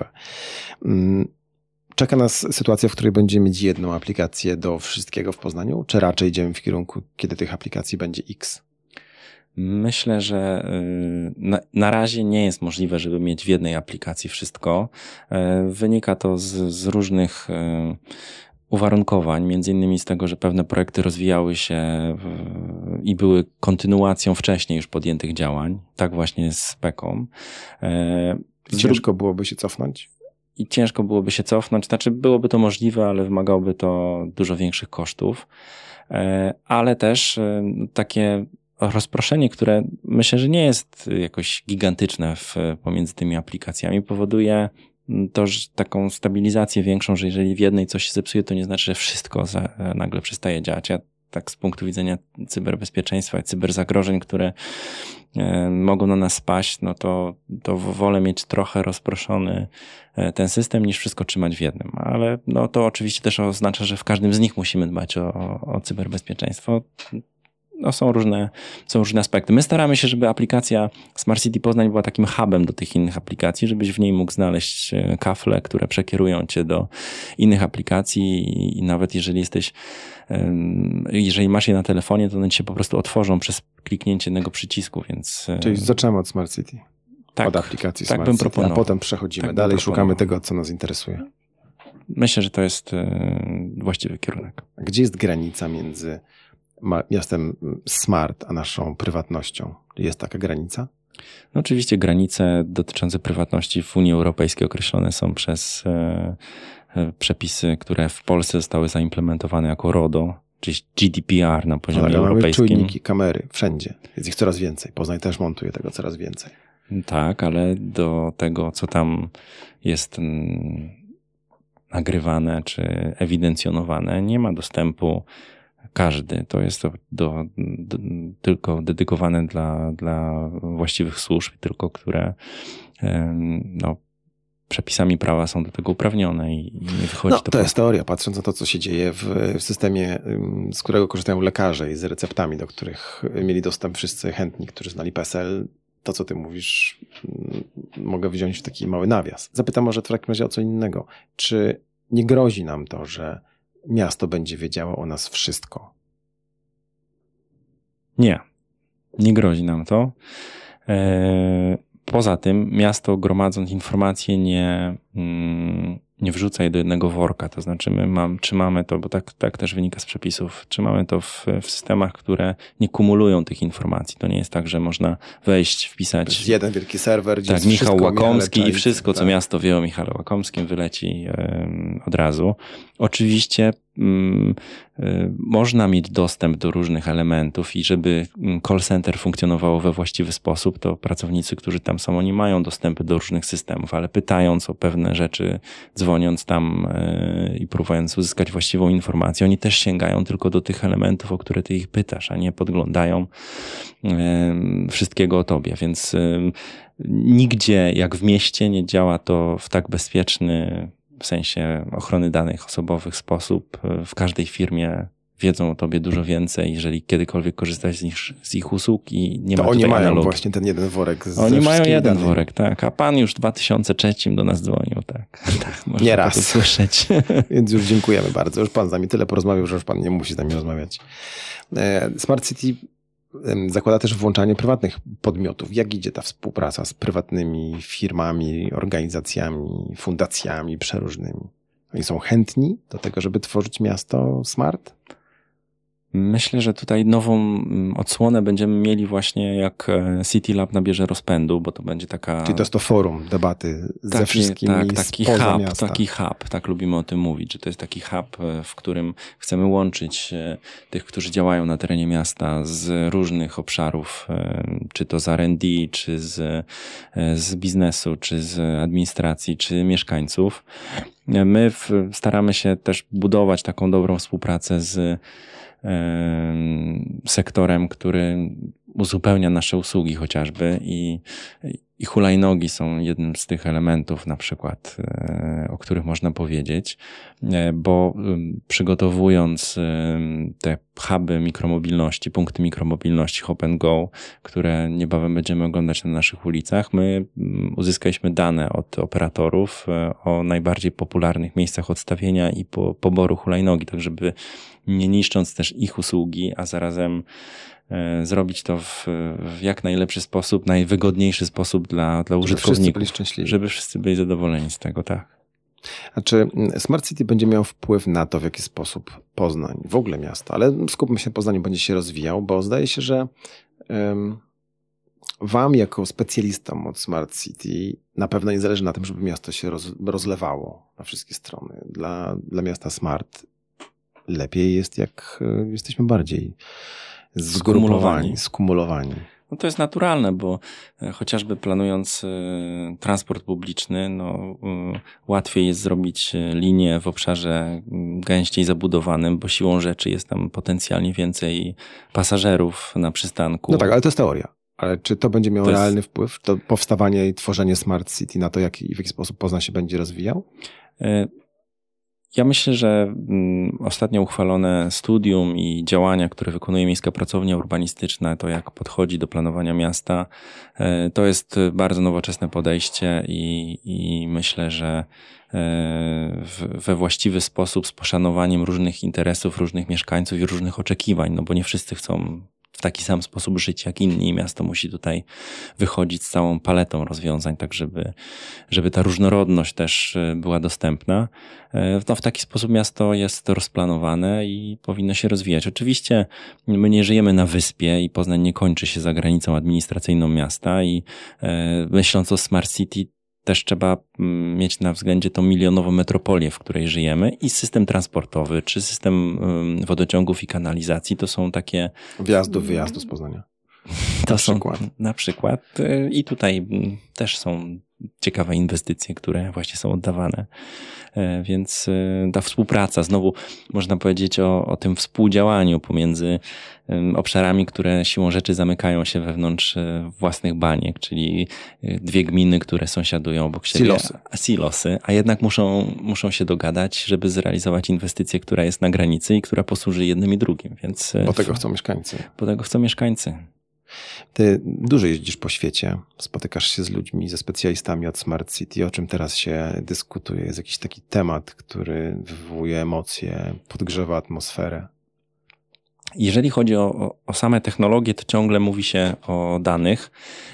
Czeka nas sytuacja, w której będziemy mieć jedną aplikację do wszystkiego w Poznaniu, czy raczej idziemy w kierunku, kiedy tych aplikacji będzie X? Myślę, że na, na razie nie jest możliwe, żeby mieć w jednej aplikacji wszystko. Wynika to z, z różnych uwarunkowań, między innymi z tego, że pewne projekty rozwijały się i były kontynuacją wcześniej już podjętych działań. Tak właśnie z P Ką. Ciężko byłoby się cofnąć? I ciężko byłoby się cofnąć. Znaczy byłoby to możliwe, ale wymagałoby to dużo większych kosztów. Ale też takie rozproszenie, które myślę, że nie jest jakoś gigantyczne w, pomiędzy tymi aplikacjami, powoduje to, że taką stabilizację większą, że jeżeli w jednej coś się zepsuje, to nie znaczy, że wszystko za, nagle przestaje działać. Ja tak z punktu widzenia cyberbezpieczeństwa i cyberzagrożeń, które e, mogą na nas spaść, no to, to wolę mieć trochę rozproszony ten system, niż wszystko trzymać w jednym. Ale no to oczywiście też oznacza, że w każdym z nich musimy dbać o, o cyberbezpieczeństwo. No są różne, są różne aspekty. My staramy się, żeby aplikacja Smart City Poznań była takim hubem do tych innych aplikacji, żebyś w niej mógł znaleźć kafle, które przekierują cię do innych aplikacji i nawet jeżeli jesteś, jeżeli masz je na telefonie, to one ci się po prostu otworzą przez kliknięcie jednego przycisku, więc... Czyli zaczynamy od Smart City. Tak, od aplikacji tak Smart bym City, proponował. a potem przechodzimy tak dalej, szukamy tego, co nas interesuje. Myślę, że to jest właściwy kierunek. Gdzie jest granica między miastem smart, a naszą prywatnością? Jest taka granica? No oczywiście granice dotyczące prywatności w Unii Europejskiej określone są przez e, e, przepisy, które w Polsce zostały zaimplementowane jako RODO, czyli G D P R na poziomie Ale europejskim. mamy czujniki, kamery, wszędzie. Jest ich coraz więcej. Poznań też montuje tego coraz więcej. Tak, ale do tego, co tam jest mm, nagrywane czy ewidencjonowane, nie ma dostępu każdy. To jest to do, do, tylko dedykowane dla, dla właściwych służb, tylko które no, przepisami prawa są do tego uprawnione i nie wychodzi no, to. To jest teoria, patrząc na to, co się dzieje w, w systemie, z którego korzystają lekarze i z receptami, do których mieli dostęp wszyscy chętni, którzy znali P E S L. To, co ty mówisz, mogę wziąć w taki mały nawias. Zapytam może w takim razie o co innego. Czy nie grozi nam to, że miasto będzie wiedziało o nas wszystko? Nie, nie grozi nam to. Poza tym miasto, gromadząc informacje, nie, nie wrzuca je do jednego worka. To znaczy my mam, trzymamy to, bo tak, tak też wynika z przepisów, trzymamy to w, w systemach, które nie kumulują tych informacji. To nie jest tak, że można wejść, wpisać... To jest jeden wielki serwer, gdzie tak, jest Michał Łakomski Michale, i wszystko, co tak. miasto wie o Michale Łakomskim, wyleci um, od razu. Oczywiście um, um, można mieć dostęp do różnych elementów i żeby call center funkcjonowało we właściwy sposób, to pracownicy, którzy tam są, oni mają dostępy do różnych systemów, ale pytając o pewne rzeczy, dzwoniąc tam yy, i próbując uzyskać właściwą informację, oni też sięgają tylko do tych elementów, o które ty ich pytasz, a nie podglądają yy, wszystkiego o tobie, więc yy, nigdzie jak w mieście nie działa to w tak bezpieczny, w sensie ochrony danych osobowych sposób. W każdej firmie wiedzą o tobie dużo więcej, jeżeli kiedykolwiek korzystasz z ich, z ich usług i nie to ma oni tutaj mają analogii. właśnie ten jeden worek. Z Oni mają jeden danymi. worek, tak. A pan już w dwa tysiące trzecim do nas dzwonił, tak. tak można nie raz. to słyszeć. Więc już dziękujemy bardzo. Już pan z nami tyle porozmawiał, że już pan nie musi z nami rozmawiać. Smart City zakłada też włączanie prywatnych podmiotów. Jak idzie ta współpraca z prywatnymi firmami, organizacjami, fundacjami przeróżnymi? Oni są chętni do tego, żeby tworzyć miasto smart? Myślę, że tutaj nową odsłonę będziemy mieli właśnie jak City Lab nabierze rozpędu, bo to będzie taka... Czyli to jest to forum debaty ze taki, wszystkimi tak, taki spoza hub, miasta. Taki hub, tak lubimy o tym mówić, że to jest taki hub, w którym chcemy łączyć tych, którzy działają na terenie miasta z różnych obszarów, czy to z R and D, czy z, z biznesu, czy z administracji, czy mieszkańców. My w, staramy się też budować taką dobrą współpracę z sektorem, który uzupełnia nasze usługi chociażby i, i hulajnogi są jednym z tych elementów na przykład, o których można powiedzieć, bo przygotowując te huby mikromobilności, punkty mikromobilności Hop and Go, które niebawem będziemy oglądać na naszych ulicach, my uzyskaliśmy dane od operatorów o najbardziej popularnych miejscach odstawienia i po, poboru hulajnogi, tak żeby nie niszcząc też ich usługi, a zarazem zrobić to w, w jak najlepszy sposób, najwygodniejszy sposób dla, dla użytkowników. Żeby wszyscy byli szczęśliwi. Żeby wszyscy byli zadowoleni z tego, tak. A czy Smart City będzie miał wpływ na to, w jaki sposób Poznań, w ogóle miasto, ale skupmy się na Poznaniu, będzie się rozwijał, bo zdaje się, że um, wam jako specjalistom od Smart City na pewno nie zależy na tym, żeby miasto się roz, rozlewało na wszystkie strony. Dla, dla miasta Smart lepiej jest, jak jesteśmy bardziej zgrupowani, skumulowani. No to jest naturalne, bo chociażby planując transport publiczny, no łatwiej jest zrobić linię w obszarze gęściej zabudowanym, bo siłą rzeczy jest tam potencjalnie więcej pasażerów na przystanku. No tak, ale to jest teoria. Ale czy to będzie miało to jest... realny wpływ, to powstawanie i tworzenie Smart City na to, jak i w jaki sposób Poznań się będzie rozwijał? Ja myślę, że ostatnio uchwalone studium i działania, które wykonuje Miejska Pracownia Urbanistyczna, to jak podchodzi do planowania miasta, to jest bardzo nowoczesne podejście i, i myślę, że w, we właściwy sposób z poszanowaniem różnych interesów, różnych mieszkańców i różnych oczekiwań, no bo nie wszyscy chcą w taki sam sposób żyć jak inni i miasto musi tutaj wychodzić z całą paletą rozwiązań, tak żeby, żeby ta różnorodność też była dostępna. No, w taki sposób miasto jest rozplanowane i powinno się rozwijać. Oczywiście my nie żyjemy na wyspie i Poznań nie kończy się za granicą administracyjną miasta i myśląc o Smart City też trzeba mieć na względzie tą milionową metropolię, w której żyjemy i system transportowy, czy system wodociągów i kanalizacji. To są takie... Wjazdów, wyjazdów z Poznania. To na są przykład. Na przykład. I tutaj też są ciekawe inwestycje, które właśnie są oddawane. Więc ta współpraca, znowu można powiedzieć o, o tym współdziałaniu pomiędzy obszarami, które siłą rzeczy zamykają się wewnątrz własnych baniek, czyli dwie gminy, które sąsiadują obok siebie. Silosy. Silosy, a jednak muszą, muszą się dogadać, żeby zrealizować inwestycję, która jest na granicy i która posłuży jednym i drugim. Więc bo tego chcą mieszkańcy. Bo tego chcą mieszkańcy. Ty dużo jeździsz po świecie, spotykasz się z ludźmi, ze specjalistami od Smart City. O czym teraz się dyskutuje? Jest jakiś taki temat, który wywołuje emocje, podgrzewa atmosferę? Jeżeli chodzi o, o, o same technologie, to ciągle mówi się o danych.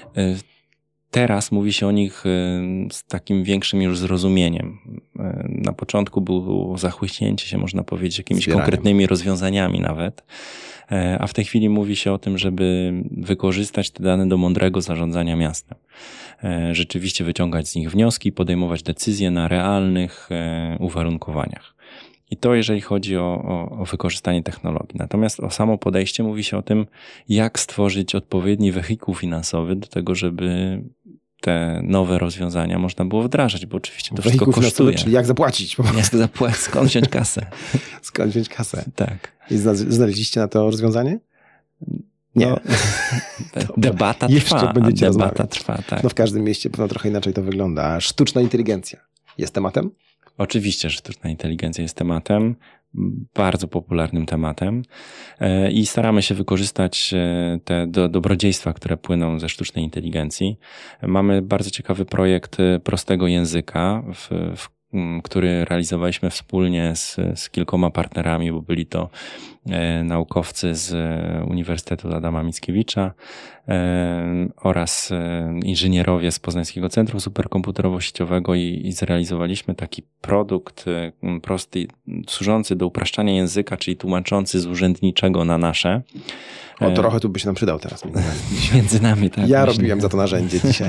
Teraz mówi się o nich z takim większym już zrozumieniem. Na początku było zachłyśnięcie się, można powiedzieć, jakimiś Zbieraniem. konkretnymi rozwiązaniami nawet. A w tej chwili mówi się o tym, żeby wykorzystać te dane do mądrego zarządzania miastem. Rzeczywiście wyciągać z nich wnioski, podejmować decyzje na realnych uwarunkowaniach. I to jeżeli chodzi o, o, o wykorzystanie technologii. Natomiast o samo podejście mówi się o tym, jak stworzyć odpowiedni wehikuł finansowy do tego, żeby te nowe rozwiązania można było wdrażać, bo oczywiście to wszystko kosztuje. Czyli jak zapłacić? Jak zapłacić, skąd wziąć kasę? Skąd wziąć kasę? Tak. I znaleźliście na to rozwiązanie? Nie. No, debata Jeszcze trwa. będziecie Debata rozmawiać. trwa, tak. No w każdym mieście pewno trochę inaczej to wygląda. Sztuczna inteligencja jest tematem? Oczywiście, że sztuczna inteligencja jest tematem, bardzo popularnym tematem i staramy się wykorzystać te do, dobrodziejstwa, które płyną ze sztucznej inteligencji. Mamy bardzo ciekawy projekt prostego języka, w, w, który realizowaliśmy wspólnie z, z kilkoma partnerami, bo byli to naukowcy z Uniwersytetu Adama Mickiewicza oraz inżynierowie z Poznańskiego Centrum Superkomputerowo-Sieciowego i, i zrealizowaliśmy taki produkt prosty, służący do upraszczania języka, czyli tłumaczący z urzędniczego na nasze. O, trochę tu by się nam przydał teraz. Między nami, między nami tak. Ja myślę. robiłem za to narzędzie dzisiaj.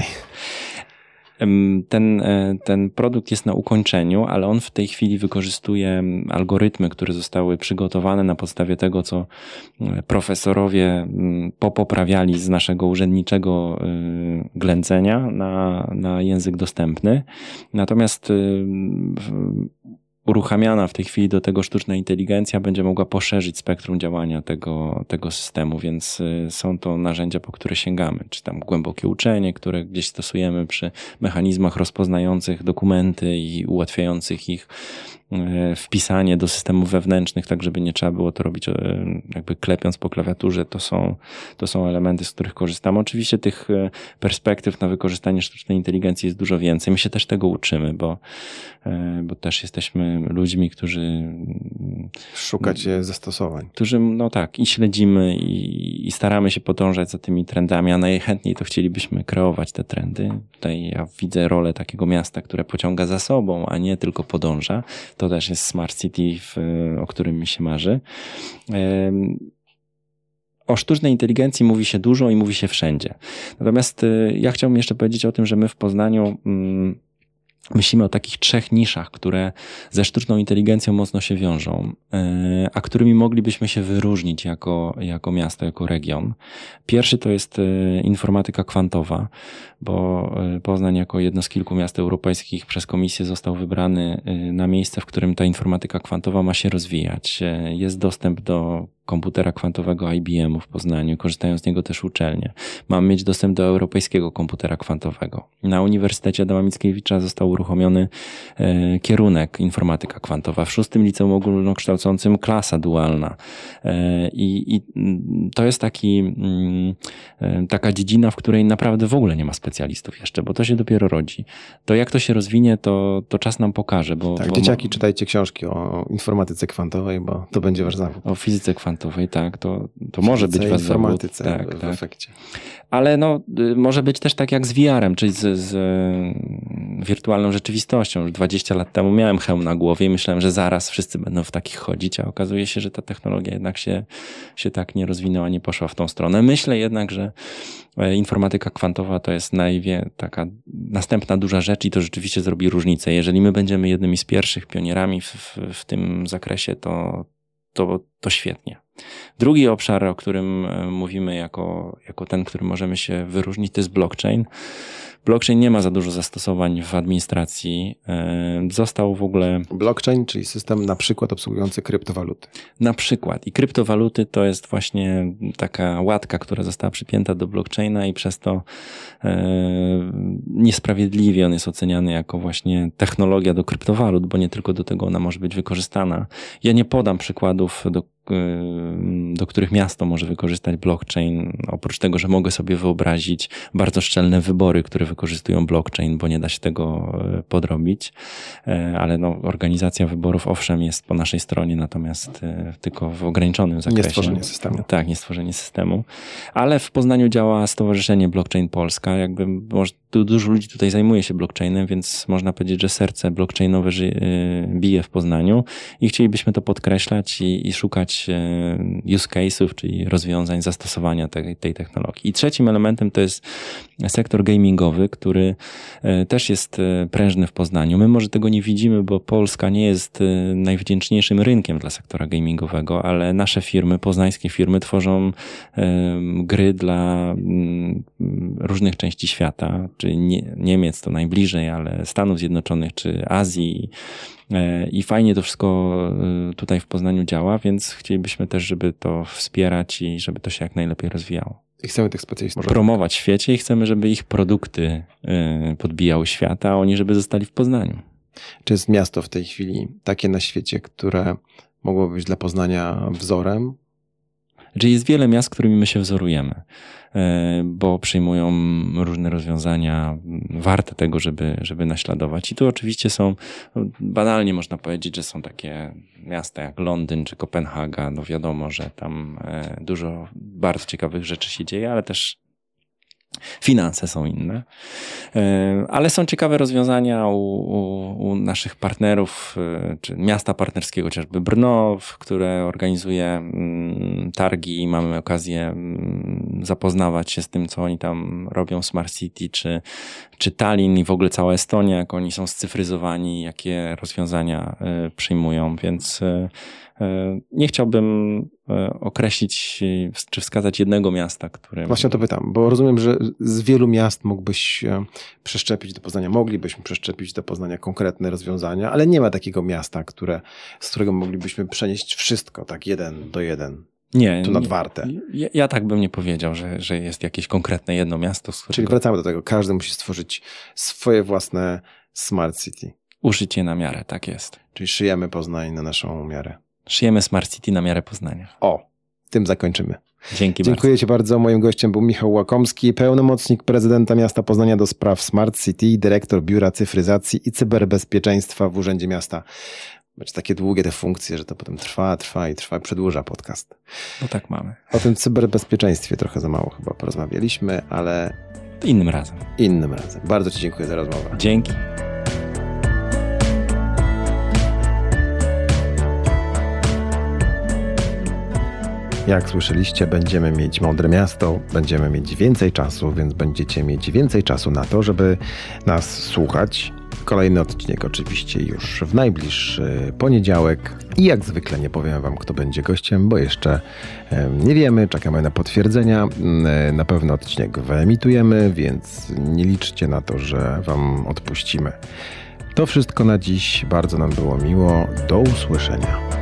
Ten, ten produkt jest na ukończeniu, ale on w tej chwili wykorzystuje algorytmy, które zostały przygotowane na podstawie tego, co profesorowie popoprawiali z naszego urzędniczego ględzenia na, na język dostępny. Natomiast uruchamiana w tej chwili do tego sztuczna inteligencja będzie mogła poszerzyć spektrum działania tego, tego systemu, więc są to narzędzia, po które sięgamy, czy tam głębokie uczenie, które gdzieś stosujemy przy mechanizmach rozpoznających dokumenty i ułatwiających ich wpisanie do systemów wewnętrznych, tak żeby nie trzeba było to robić jakby klepiąc po klawiaturze. To są, to są elementy, z których korzystamy. Oczywiście tych perspektyw na wykorzystanie sztucznej inteligencji jest dużo więcej. My się też tego uczymy, bo, bo też jesteśmy ludźmi, którzy szukacie zastosowań. Którzy, no tak, i śledzimy i, i staramy się podążać za tymi trendami, a najchętniej to chcielibyśmy kreować te trendy. Tutaj ja widzę rolę takiego miasta, które pociąga za sobą, a nie tylko podąża. To też jest Smart City, w, o którym mi się marzy. O sztucznej inteligencji mówi się dużo i mówi się wszędzie. Natomiast ja chciałbym jeszcze powiedzieć o tym, że my w Poznaniu myślimy o takich trzech niszach, które ze sztuczną inteligencją mocno się wiążą, a którymi moglibyśmy się wyróżnić jako, jako miasto, jako region. Pierwszy to jest informatyka kwantowa, bo Poznań jako jedno z kilku miast europejskich przez Komisję został wybrany na miejsce, w którym ta informatyka kwantowa ma się rozwijać. Jest dostęp do komputera kwantowego I B M u w Poznaniu, korzystają z niego też uczelnie. Mamy mieć dostęp do europejskiego komputera kwantowego. Na Uniwersytecie Adama Mickiewicza został uruchomiony e, kierunek informatyka kwantowa. W szóstym liceum ogólnokształcącym klasa dualna. E, i, I to jest taki, e, taka dziedzina, w której naprawdę w ogóle nie ma specjalistów jeszcze, bo to się dopiero rodzi. To jak to się rozwinie, to, to czas nam pokaże. Bo, tak, bo dzieciaki, czytajcie książki o informatyce kwantowej, bo to będzie wasz zawód. O fizyce kwantowej. kwantowej, tak, to, to może być was informatyce zawód. Tak, w tak. efekcie. Ale no, może być też tak jak z V R-em, czyli z, z wirtualną rzeczywistością. Już dwadzieścia lat temu miałem hełm na głowie i myślałem, że zaraz wszyscy będą w takich chodzić, a okazuje się, że ta technologia jednak się, się tak nie rozwinęła, nie poszła w tą stronę. Myślę jednak, że informatyka kwantowa to jest najwie, taka następna duża rzecz i to rzeczywiście zrobi różnicę. Jeżeli my będziemy jednymi z pierwszych pionierami w, w, w tym zakresie, to, to, to świetnie. Drugi obszar, o którym mówimy jako, jako ten, który możemy się wyróżnić, to jest blockchain. Blockchain nie ma za dużo zastosowań w administracji. Został w ogóle... Blockchain, czyli system na przykład obsługujący kryptowaluty. Na przykład. I kryptowaluty to jest właśnie taka łatka, która została przypięta do blockchaina i przez to e, niesprawiedliwie on jest oceniany jako właśnie technologia do kryptowalut, bo nie tylko do tego ona może być wykorzystana. Ja nie podam przykładów, do do których miasto może wykorzystać blockchain. Oprócz tego, że mogę sobie wyobrazić bardzo szczelne wybory, które wykorzystują blockchain, bo nie da się tego podrobić. Ale no, organizacja wyborów owszem jest po naszej stronie, natomiast tylko w ograniczonym zakresie. Nie stworzenie systemu. Tak, nie stworzenie systemu. Ale w Poznaniu działa Stowarzyszenie Blockchain Polska. Jakby może, dużo ludzi tutaj zajmuje się blockchainem, więc można powiedzieć, że serce blockchainowe bije w Poznaniu i chcielibyśmy to podkreślać i, i szukać use case'ów, czyli rozwiązań zastosowania tej, tej technologii. I trzecim elementem to jest sektor gamingowy, który też jest prężny w Poznaniu. My może tego nie widzimy, bo Polska nie jest najwdzięczniejszym rynkiem dla sektora gamingowego, ale nasze firmy, poznańskie firmy tworzą gry dla różnych części świata, czyli Niemiec to najbliżej, ale Stanów Zjednoczonych czy Azji. I fajnie to wszystko tutaj w Poznaniu działa, więc chcielibyśmy też, żeby to wspierać i żeby to się jak najlepiej rozwijało. I chcemy tych specjalistów promować w świecie i chcemy, żeby ich produkty podbijały świat, a oni żeby zostali w Poznaniu. Czy jest miasto w tej chwili takie na świecie, które mogłoby być dla Poznania wzorem? Czyli jest wiele miast, którymi my się wzorujemy, bo przyjmują różne rozwiązania warte tego, żeby, żeby naśladować. I tu oczywiście są, banalnie można powiedzieć, że są takie miasta jak Londyn czy Kopenhaga. No wiadomo, że tam dużo bardzo ciekawych rzeczy się dzieje, ale też finanse są inne, ale są ciekawe rozwiązania u, u, u naszych partnerów, czy miasta partnerskiego, chociażby Brno, które organizuje targi i mamy okazję zapoznawać się z tym, co oni tam robią w Smart City, czy, czy Tallinn i w ogóle cała Estonia, jak oni są scyfryzowani, jakie rozwiązania przyjmują, więc nie chciałbym określić czy wskazać jednego miasta, które... Właśnie o to pytam, bo rozumiem, że z wielu miast mógłbyś przeszczepić do Poznania, moglibyśmy przeszczepić do Poznania konkretne rozwiązania, ale nie ma takiego miasta, które, z którego moglibyśmy przenieść wszystko, tak jeden do jeden. Nie, to nadwarte. Ja, ja tak bym nie powiedział, że, że jest jakieś konkretne jedno miasto. Z którego... Czyli wracamy do tego, każdy musi stworzyć swoje własne Smart City. Uszyć je na miarę, tak jest. Czyli szyjemy Poznań na naszą miarę. Szyjemy Smart City na miarę Poznania. O, tym zakończymy. Dzięki Dziękuję bardzo. Ci bardzo. Moim gościem był Michał Łakomski, pełnomocnik prezydenta miasta Poznania do spraw Smart City, dyrektor Biura Cyfryzacji i Cyberbezpieczeństwa w Urzędzie Miasta. Będzie takie długie te funkcje, że to potem trwa, trwa i trwa, przedłuża podcast. No tak mamy. O tym cyberbezpieczeństwie trochę za mało chyba porozmawialiśmy, ale... Innym razem. Innym razem. Bardzo Ci dziękuję za rozmowę. Dzięki. Jak słyszeliście, będziemy mieć mądre miasto, będziemy mieć więcej czasu, więc będziecie mieć więcej czasu na to, żeby nas słuchać. Kolejny odcinek oczywiście już w najbliższy poniedziałek i jak zwykle nie powiem wam, kto będzie gościem, bo jeszcze nie wiemy, czekamy na potwierdzenia. Na pewno odcinek wyemitujemy, więc nie liczcie na to, że wam odpuścimy. To wszystko na dziś. Bardzo nam było miło. Do usłyszenia.